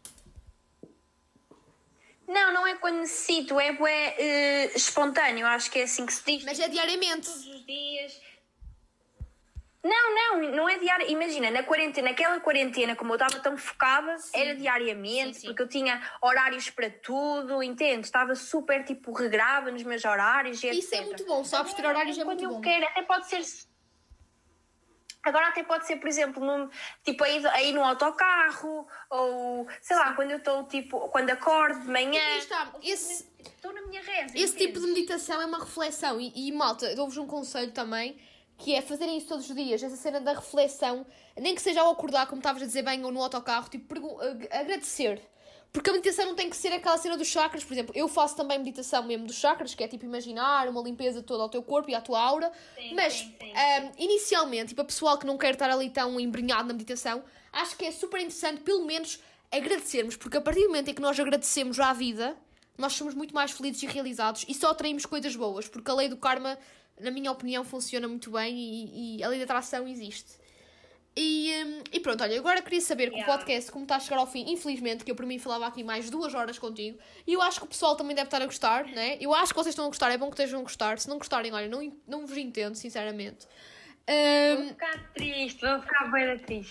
A: Não, não é quando necessito, é, é uh, espontâneo, acho que é assim que se diz.
B: Mas é diariamente?
A: Todos os dias... Não, não, não é diário. Imagina, na quarentena, naquela quarentena, como eu estava tão focada, sim, era diariamente, sim, sim, porque eu tinha horários para tudo, entende? Estava super, tipo, regrava nos meus horários e etcétera.
B: Isso é muito bom, sabes ter horários é muito bom.
A: Quando eu quero, até pode ser... Agora até pode ser, por exemplo, num, tipo, aí, aí no autocarro, ou, sei lá, sim, quando eu estou, tipo, quando acordo de manhã...
B: Está, esse,
A: estou na minha reza.
B: Esse entende? Tipo de meditação é uma reflexão, e, e malta, dou-vos um conselho também, que é fazerem isso todos os dias, essa cena da reflexão, nem que seja ao acordar, como estavas a dizer bem, ou no autocarro, tipo, pergu- agradecer. Porque a meditação não tem que ser aquela cena dos chakras, por exemplo, eu faço também meditação mesmo dos chakras, que é tipo imaginar uma limpeza toda ao teu corpo e à tua aura, sim, mas sim, sim, um, inicialmente, tipo, a pessoal que não quer estar ali tão embrenhado na meditação, acho que é super interessante, pelo menos, agradecermos, porque a partir do momento em que nós agradecemos à vida, nós somos muito mais felizes e realizados e só atraímos coisas boas, porque a lei do karma, na minha opinião, funciona muito bem e, e a lei da atração existe. E, um, e pronto, olha, agora queria saber, com yeah. o podcast, como está a chegar ao fim, infelizmente, que eu por mim falava aqui mais duas horas contigo, e eu acho que o pessoal também deve estar a gostar, né? Eu acho que vocês estão a gostar, é bom que estejam a gostar. Se não gostarem, olha, não, não vos entendo, sinceramente.
A: Um... Vou ficar triste, vou ficar bem triste.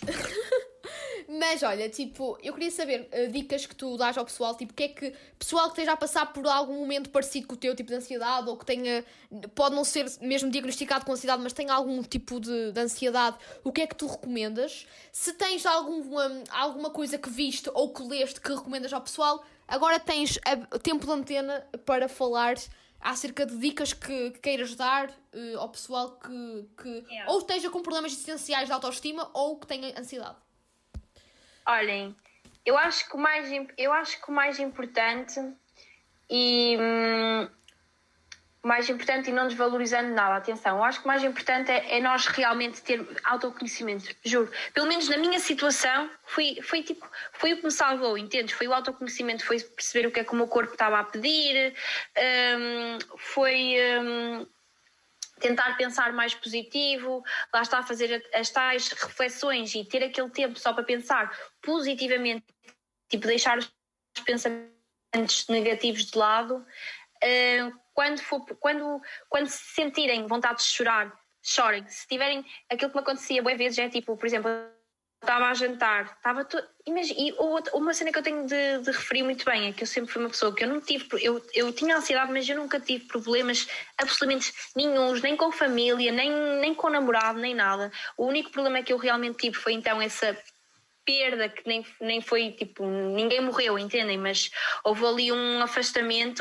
B: Mas olha, tipo, eu queria saber uh, dicas que tu dás ao pessoal, tipo, que é que pessoal que esteja a passar por algum momento parecido com o teu, tipo de ansiedade, ou que tenha, pode não ser mesmo diagnosticado com ansiedade, mas tenha algum tipo de, de ansiedade, o que é que tu recomendas? Se tens alguma, alguma coisa que viste ou que leste que recomendas ao pessoal, agora tens a, tempo de antena para falar acerca de dicas que, que queiras dar uh, ao pessoal que, que yeah. ou esteja com problemas existenciais de autoestima ou que tenha ansiedade.
A: Olhem, eu acho que o mais, eu acho que o mais importante e hum, mais importante e não desvalorizando nada, atenção, eu acho que o mais importante é, é nós realmente ter autoconhecimento, juro. Pelo menos na minha situação foi, foi, tipo, foi o que me salvou, entendes? Foi o autoconhecimento, foi perceber o que é que o meu corpo estava a pedir, hum, foi... Hum, tentar pensar mais positivo, lá está a fazer as tais reflexões e ter aquele tempo só para pensar positivamente, tipo deixar os pensamentos negativos de lado. Quando, for, quando, quando se sentirem vontade de chorar, chorem. Se tiverem aquilo que me acontecia boas vezes é tipo, por exemplo, estava a jantar, estava to... Imagina, e uma cena que eu tenho de, de referir muito bem é que eu sempre fui uma pessoa que eu não tive, eu, eu tinha ansiedade, mas eu nunca tive problemas absolutamente nenhuns, nem com família, nem, nem com namorado, nem nada. O único problema que eu realmente tive foi então essa perda, que nem, nem foi tipo, ninguém morreu, entendem? Mas houve ali um afastamento.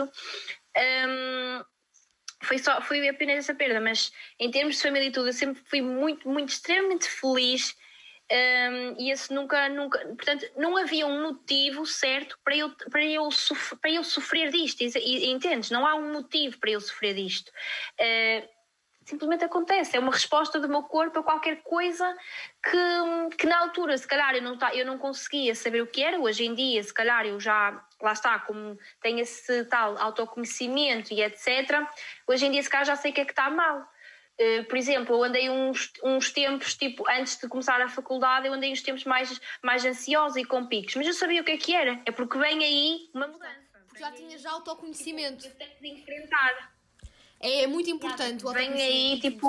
A: Um, foi, só, foi apenas essa perda, mas em termos de família e tudo, eu sempre fui muito, muito, extremamente feliz. Um, e esse nunca, nunca, portanto, não havia um motivo certo para eu, para eu, sofrer, para eu sofrer disto, e, e, entendes? Não há um motivo para eu sofrer disto. Uh, simplesmente acontece, é uma resposta do meu corpo a qualquer coisa que, que na altura, se calhar, eu não, eu não conseguia saber o que era. Hoje em dia, se calhar, eu já, lá está, como tenho esse tal autoconhecimento e etcétera, hoje em dia, se calhar, já sei o que é que está mal. Uh, por exemplo, eu andei uns, uns tempos, tipo, antes de começar a faculdade, eu andei uns tempos mais, mais ansiosa e com picos, mas eu sabia o que é que era, é porque vem aí uma mudança.
B: Porque já tinha já autoconhecimento.
A: Tipo, eu tenho de enfrentar.
B: É, é muito importante o
A: autoconhecimento. Vem aí, tipo...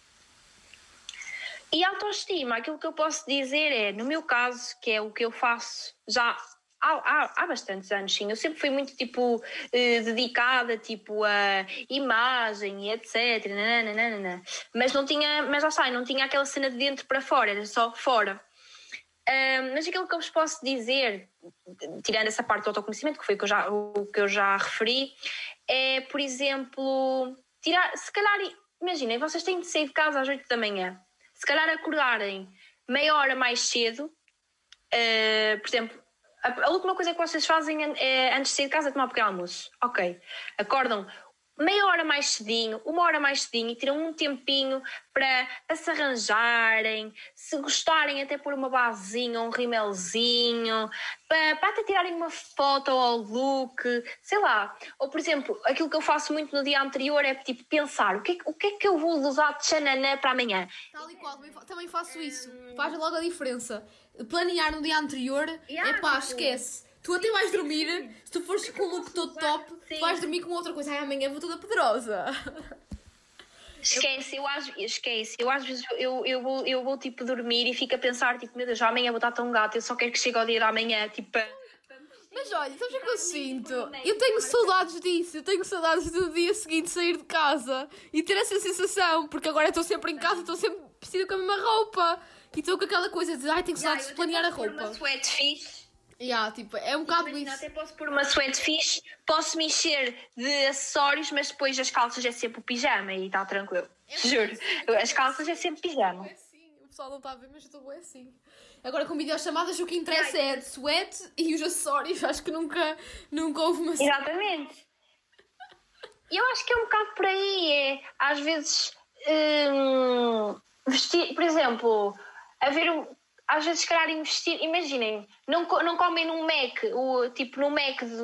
A: E autoestima, aquilo que eu posso dizer é, no meu caso, que é o que eu faço já... Há, há, há bastantes anos, sim. Eu sempre fui muito, tipo, eh, dedicada, tipo, a imagem e etcétera. Nananana. Mas não tinha, mas lá está, não tinha aquela cena de dentro para fora, era só fora. Uh, mas aquilo que eu vos posso dizer, tirando essa parte do autoconhecimento, que foi o que eu já, o que eu já referi, é, por exemplo, tirar, se calhar, imaginem, vocês têm de sair de casa às oito da manhã, se calhar acordarem meia hora mais cedo, uh, por exemplo, a última coisa que vocês fazem é, antes de sair de casa, é tomar um pequeno almoço. Ok. Acordam meia hora mais cedinho, uma hora mais cedinho e tiram um tempinho para se arranjarem, se gostarem até pôr uma basezinha, um rimelzinho, para, para até tirarem uma foto ao look, sei lá. Ou, por exemplo, aquilo que eu faço muito no dia anterior é tipo pensar o que é, o que, é que eu vou usar de tchananã para amanhã.
B: Tal e qual, também faço isso. Faz logo a diferença. Planear no dia anterior, yeah, é pá, esquece. Tu até vais dormir, se tu fores com o look todo top, tu vais dormir com outra coisa. Ai, amanhã vou toda poderosa.
A: Esquece, eu às, esquece. Eu às vezes eu, eu, vou, eu vou tipo dormir e fico a pensar, tipo, meu Deus, amanhã vou estar tão gata, eu só quero que chegue ao dia da manhã, tipo...
B: Mas olha, sabes o que eu sinto? Eu tenho saudades disso, eu tenho saudades do dia seguinte sair de casa e ter essa sensação, porque agora estou sempre em casa, estou sempre vestida com a mesma roupa e estou com aquela coisa de, ai, tenho saudades de planear a roupa.
A: Uma sweat fixe.
B: Yeah, tipo, é um bocado isso.
A: Até posso pôr uma sweat fixe, posso me encher de acessórios, mas depois as calças é sempre o pijama e está tranquilo. É Juro, assim, as calças é sempre pijama.
B: É assim, o pessoal não está a ver, mas eu estou bem assim. Agora com videochamadas o que interessa é a sweat e os acessórios, acho que nunca, nunca houve uma...
A: Exatamente. E eu acho que é um bocado por aí, é, às vezes, hum, vestir, por exemplo, haver um... Às vezes, se calhar, investir... Imaginem, não, não comem num Mac, o, tipo, num Mac de,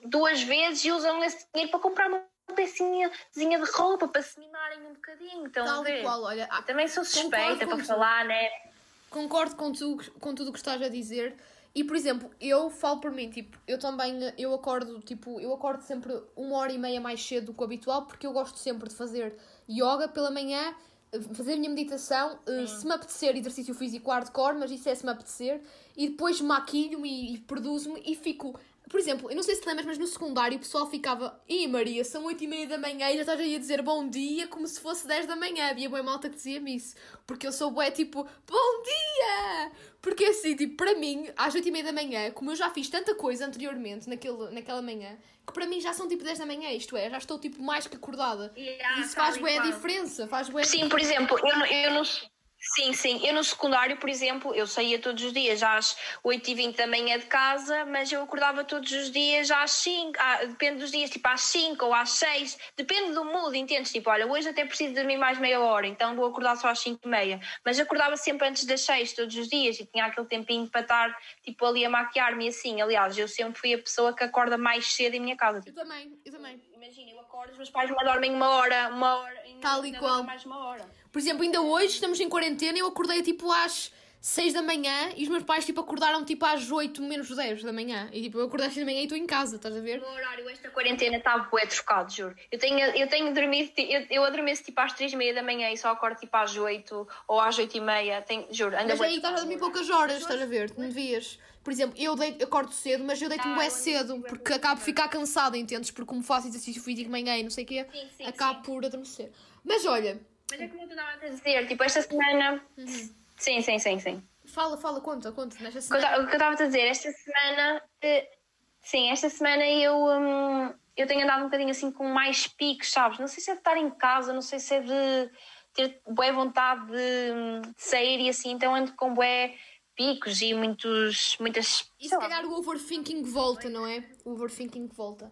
A: duas vezes e usam esse dinheiro para comprar uma pecinhazinha de roupa para se mimarem um bocadinho. Estão
B: Tal
A: a ver?
B: e qual, olha.
A: Eu também sou suspeita para
B: contigo.
A: falar, né?
B: Concordo com, tu, com tudo o que estás a dizer. E, por exemplo, eu falo por mim, tipo, eu também, eu acordo, tipo, eu acordo sempre uma hora e meia mais cedo do que o habitual, porque eu gosto sempre de fazer yoga pela manhã, fazer a minha meditação, uh, se me apetecer exercício físico hardcore, mas isso é se me apetecer, e depois maquilho-me e, e produzo-me e fico... Por exemplo, eu não sei se te lembras, mas no secundário o pessoal ficava: Ih, Maria, são oito e meia da manhã e já estás aí a dizer bom dia como se fosse dez da manhã. Havia boa malta que dizia-me isso. Porque eu sou bué tipo, bom dia! Porque assim, tipo, para mim, às oito e meia da manhã, como eu já fiz tanta coisa anteriormente naquele, naquela manhã, que para mim já são tipo dez da manhã, isto é, já estou tipo mais que acordada.
A: Yeah,
B: isso faz bué a
A: claro.
B: diferença, faz bué.
A: Sim, por exemplo, eu, não- eu não... Sim, sim. Eu no secundário, por exemplo, eu saía todos os dias às oito e vinte da manhã de casa, mas eu acordava todos os dias às cinco, ah, depende dos dias, tipo às cinco ou às seis, depende do mood, entendes? Tipo, olha, hoje até preciso dormir mais meia hora, então vou acordar só às cinco e meia. Mas acordava sempre antes das seis, todos os dias, e tinha aquele tempinho para estar, tipo, ali a maquiar-me e assim. Aliás, eu sempre fui a pessoa que acorda mais cedo em minha casa.
B: Eu
A: Tipo,
B: também, eu também.
A: imagina, eu acordo, os meus pais me dormem uma hora, uma hora, ainda,
B: Tal e
A: ainda
B: qual.
A: dormem mais uma hora.
B: Por exemplo, ainda hoje estamos em quarentena e eu acordei tipo às seis da manhã e os meus pais tipo acordaram tipo às oito menos dez da manhã. E tipo, eu acordei às seis da manhã e estou em casa, estás a ver?
A: O meu horário, esta quarentena está bué trocado, juro. Eu tenho, eu tenho dormido, eu, eu adormeço tipo às três e meia da manhã e só acordo tipo às oito ou às oito e meia, tenho, juro. Anda
B: Mas
A: bué
B: aí estás a
A: trocado.
B: dormir poucas horas, estás a ver? Tu não devias. Por exemplo, eu deito, acordo cedo, mas eu deito-me
A: Ah,
B: bué
A: eu
B: cedo,
A: ando bué
B: porque acabo de
A: pouco.
B: ficar cansada, entendes? Porque como faço exercício físico de manhã e não sei o quê,
A: Sim, sim,
B: acabo
A: sim.
B: por adormecer. Mas olha,
A: Mas é como eu estava a dizer, tipo, esta semana...
B: Uhum.
A: Sim, sim, sim, sim.
B: fala, fala, conta, conta, nesta
A: O que eu
B: semana.
A: ta- o que eu estava a dizer, esta semana... eh, Sim, esta semana eu, hum, eu tenho andado um bocadinho assim com mais picos, sabes? Não sei se é de estar em casa, não sei se é de ter bué vontade de, de sair e assim, então ando com bué picos e muitos, muitas...
B: E se
A: sei lá,
B: calhar o overthinking volta, não é? O overthinking volta.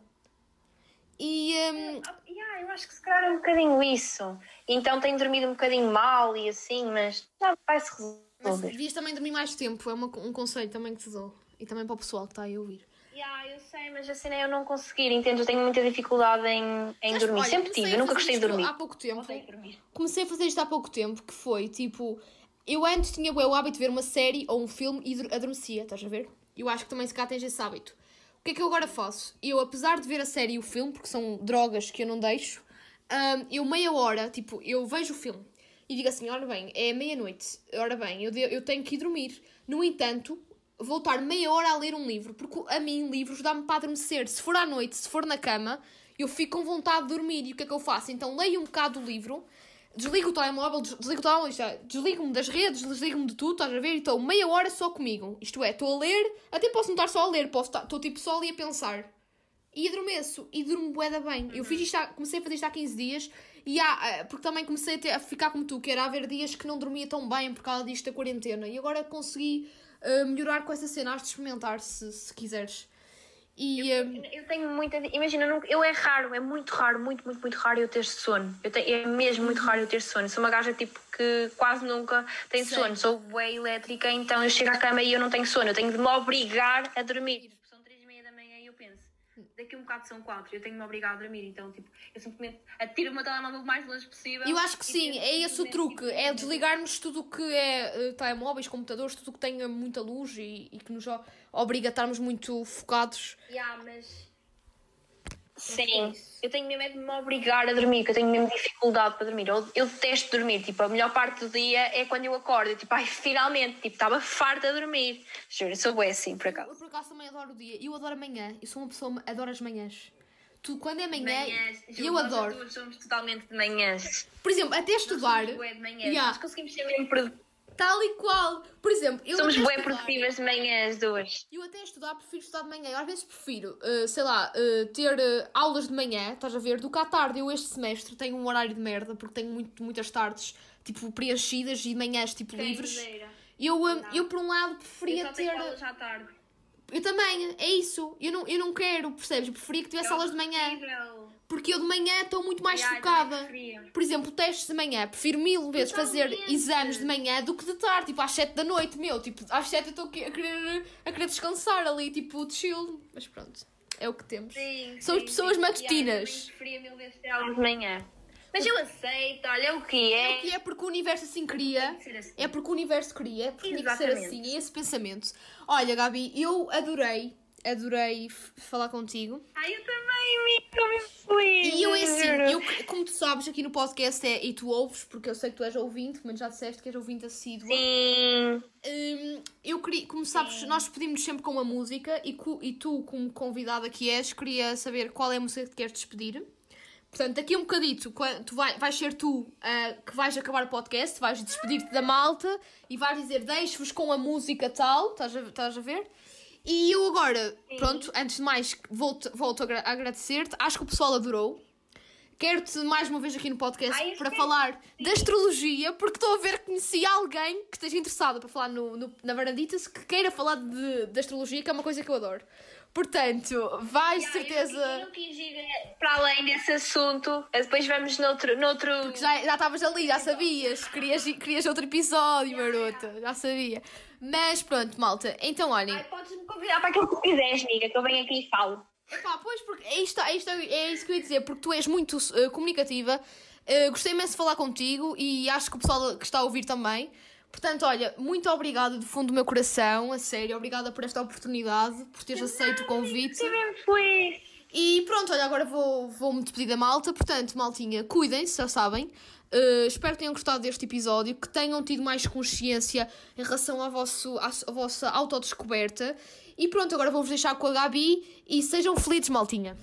B: E... hum,
A: Ah, yeah, eu acho que se calhar é um bocadinho isso. Então tenho dormido um bocadinho mal e assim, mas já vai-se
B: mas
A: resolver.
B: devias também dormir mais tempo, é uma- um conselho também que te dou. E também para o pessoal que está aí a ouvir.
A: Yeah, eu sei, mas assim é eu não conseguir, entendo? Eu tenho muita dificuldade em, em
B: Mas,
A: dormir.
B: olha,
A: Sempre
B: comecei
A: tive,
B: a
A: eu nunca
B: fazer
A: gostei de
B: isto
A: dormir.
B: Há pouco tempo.
A: Odeio dormir.
B: Comecei a fazer isto há pouco tempo, que foi, tipo... Eu antes tinha bué o hábito de ver uma série ou um filme e dur- adormecia, estás a ver? Eu acho que também se cá tens esse hábito. O que é que eu agora faço? Eu, apesar de ver a série e o filme, porque são drogas que eu não deixo, hum, eu meia hora, tipo, eu vejo o filme e digo assim, ora bem, é meia-noite, ora bem, eu, de- eu tenho que ir dormir. No entanto, voltar meia hora a ler um livro, porque a mim livros dá-me para adormecer. Se for à noite, se for na cama, eu fico com vontade de dormir. E o que é que eu faço? Então leio um bocado do livro, desligo o telemóvel, des- desligo o telemóvel, isto é, desligo-me das redes, desligo-me de tudo, estás a ver? E estou meia hora só comigo. Isto é, estou a ler, até posso não estar só a ler, posso estar, estou tipo só ali a pensar. E adormeço, e durmo bué da bem. Eu fiz isto há- comecei a fazer isto há quinze dias, e há, eh, porque também comecei a, ter- a ficar como tu, que era a haver dias que não dormia tão bem por causa disto da quarentena. E agora consegui eh, melhorar com essa cena, has de experimentar se, se quiseres. E eh,
A: Eu tenho muita. Imagina, eu, nunca- eu é raro, é muito raro, muito, muito, muito raro eu ter sono. Eu tenho, é mesmo muito raro eu ter sono. Sou uma gaja tipo que quase nunca tem
B: Sei.
A: sono. Sou bué elétrica, então eu chego à cama e eu não tenho sono. Eu tenho de me obrigar a dormir. Porque são três e meia da manhã e eu penso, daqui a um bocado são quatro, eu tenho de me obrigar a dormir. Então, tipo, eu simplesmente atiro o meu telemóvel o mais longe possível.
B: eu acho que
A: e
B: sim,
A: tento
B: é esse o
A: simplesmente,
B: truque,
A: tipo,
B: é desligarmos tudo o que é eh, telemóveis, computadores, tudo o que tenha muita luz e, e que nos o- obriga a estarmos muito focados.
A: Yeah, mas... Sim, eu tenho mesmo é de me obrigar a dormir, que eu tenho mesmo dificuldade para dormir. Eu, eu detesto dormir, tipo, a melhor parte do dia é quando eu acordo. Eu, tipo, ai, finalmente, tipo, estava farta de dormir. Juro, eu sou bué assim, por
B: Eu
A: acaso.
B: por acaso também adoro o dia. Eu adoro a manhã. Eu sou uma pessoa que adora as manhãs. Tu, quando é manhã,
A: Manhãs,
B: eu
A: juro, nós
B: adoro.
A: duas somos totalmente de manhãs.
B: Por exemplo, até estudar.
A: Somos bué de manhãs.
B: Yeah,
A: Nós conseguimos ser mesmo produ-
B: tal e qual. Por exemplo, eu
A: Somos
B: até
A: bué
B: estudar-
A: produtivas de manhãs, duas.
B: Eu até estudar, prefiro estudar de manhã. Eu às vezes prefiro, eh, sei lá, eh, ter eh, aulas de manhã, estás a ver, do que à tarde. Eu este semestre tenho um horário de merda, porque tenho muito, muitas tardes, tipo, preenchidas e manhãs, tipo, livres. Eu, eh, eu, por um lado,
A: Eu
B: preferia
A: só tenho
B: ter...
A: aulas à tarde.
B: Eu também, é isso. Eu não, eu não quero, percebes? Eu preferia que tivesse aulas de manhã.
A: Horrível.
B: Porque eu de manhã estou muito mais
A: Yeah, eu
B: focada.
A: também preferia.
B: Por exemplo, testes de manhã. Prefiro mil vezes fazer
A: Totalmente.
B: exames de manhã do que de tarde. Tipo, às sete da noite, meu. Tipo, às sete eu estou aqui a querer, a querer descansar ali, tipo, de chill. Mas pronto. é o que temos.
A: Sim,
B: São as
A: sim,
B: pessoas
A: sim.
B: matutinas.
A: E, ai, eu preferia mil vezes ter aulas de manhã. Mas eu aceito, olha, é o que é.
B: É o que é porque o universo assim queria.
A: Tem que ser assim.
B: É porque o universo queria, é porque tinha que ser
A: Exatamente.
B: assim, é esse pensamento. Olha, Gabi, eu adorei, adorei f- falar contigo.
A: Ai, eu também, amiga, me feliz.
B: E eu é assim, eu, como tu sabes, aqui no podcast é e tu ouves, porque eu sei que tu és ouvinte, mas já disseste que és ouvinte assídua.
A: Sim.
B: Hum, eu queria, como sabes, nós pedimos sempre com uma música e, cu- e tu, como convidada que és, queria saber qual é a música que queres despedir. Portanto, daqui a um bocadito, qua- tu vai, vais ser tu ah, que vais acabar o podcast, vais despedir-te da malta e vais dizer deixo-vos com a música tal, estás a, estás a ver? E eu agora, pronto, antes de mais, volto, volto a agra- a agradecer-te. Acho que o pessoal adorou. Quero-te mais uma vez aqui no podcast
A: Ai,
B: para
A: sim.
B: falar da astrologia, porque estou a ver que conheci alguém que esteja interessado para falar no, no- na Varanditas, que queira falar de, de astrologia, que é uma coisa que eu adoro. Portanto, vais de certeza...
A: Eu não quis ir eh, para além desse assunto. Depois vamos noutro... noutro...
B: Já já estavas ali, já sabias. Querias, querias outro episódio, marota. Já sabia. Mas pronto, malta. Então, olhem.
A: Ai, podes-me convidar para aquilo que tu quiseres, amiga, que eu venho aqui e falo.
B: Epá, pois, porque é, isto, é, isto, é isso que eu ia dizer, porque tu és muito uh, comunicativa. Uh, gostei imenso de falar contigo e acho que o pessoal que está a ouvir também. Portanto, olha, muito obrigada do fundo do meu coração, a sério. Obrigada por esta oportunidade, por teres aceito o convite.
A: Estou mesmo feliz.
B: E pronto, olha, agora vou, vou-me despedir da malta. Portanto, maltinha, cuidem-se, já sabem. Uh, espero que tenham gostado deste episódio, que tenham tido mais consciência em relação ao vosso, à, à vossa autodescoberta. E pronto, agora vou-vos deixar com a Gabi e sejam felizes, maltinha.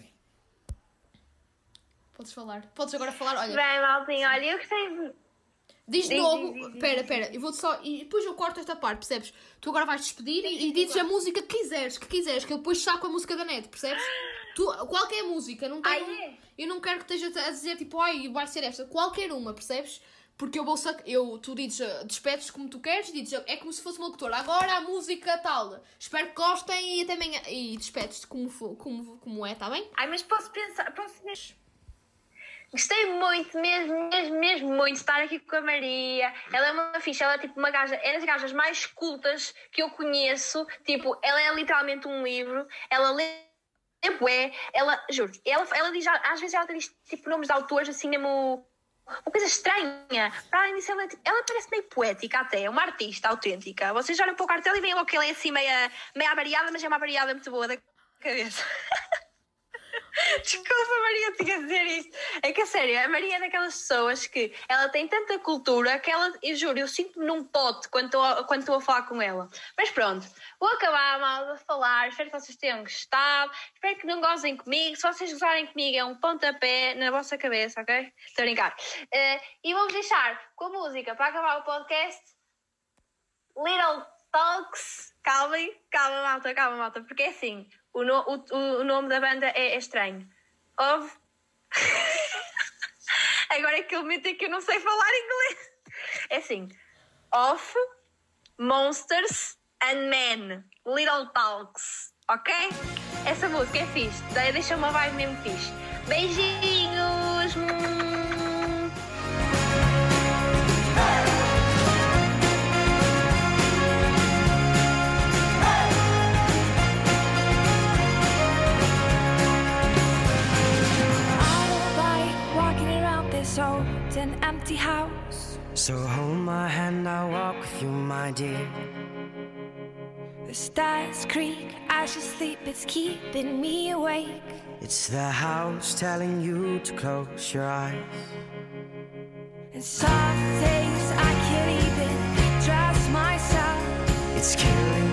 B: Podes falar. Podes agora falar, olha.
A: Bem, maltinho, olha, eu gostei de...
B: Diz de
A: Diz,
B: novo,
A: diz, diz,
B: pera,
A: diz,
B: pera, eu vou só, e depois eu corto esta parte, percebes? Tu agora vais despedir e, e dizes a música que quiseres, que quiseres, que eu depois saco a música da net, percebes? Tu, qualquer música, não tenho,
A: Ai, é?
B: eu não quero que esteja a dizer tipo, ai, vai ser esta, qualquer uma, percebes? Porque eu vou sacar, eu, tu dizes, uh, despedes como tu queres, dizes, é como se fosse uma locutora, agora a música tal, espero que gostem e também, e despedes como, fo- como, como é, está bem?
A: Ai, mas posso pensar... Posso... Gostei muito, mesmo, mesmo, mesmo muito de estar aqui com a Maria. Ela é uma ficha, ela é tipo uma gaja, é das gajas mais cultas que eu conheço. Tipo, ela é literalmente um livro. Ela lê bué, ela, juro, ela, ela diz, às vezes ela diz tipo nomes de autores assim mesmo... Uma coisa estranha. Para além disso, ela, é, tipo, ela parece meio poética até, é uma artista autêntica. Vocês olham para o cartel e veem logo que ela é assim meio, meio avariada, mas é uma avariada muito boa da cabeça. Desculpa, Maria, tinha a dizer isto. É que a sério, a Maria é daquelas pessoas que ela tem tanta cultura que ela, eu juro, eu sinto-me num pote quando estou a, quando estou a falar com ela. Mas pronto, vou acabar mal de falar. Espero que vocês tenham gostado. Espero que não gozem comigo. Se vocês gozarem comigo, é um pontapé na vossa cabeça, ok? Estou a brincar. Uh, e vou-vos deixar com a música para acabar o podcast. Little Talks. Calmem, calma, malta, calma, malta, porque é assim. O, no, o, o nome da banda é, é estranho. Of... Agora é aquele momento em que eu não sei falar inglês. É assim. Of Monsters and Men. Little Talks. Ok? Essa música é fixe. Deixa uma vibe mesmo fixe. Beijinhos! Hum.
C: old and empty house.
D: So hold my hand, I'll walk with you, my dear.
C: The stars creak as you sleep, it's keeping me awake.
D: It's the house telling you to close your eyes.
C: And some days I can't even trust myself.
D: It's killing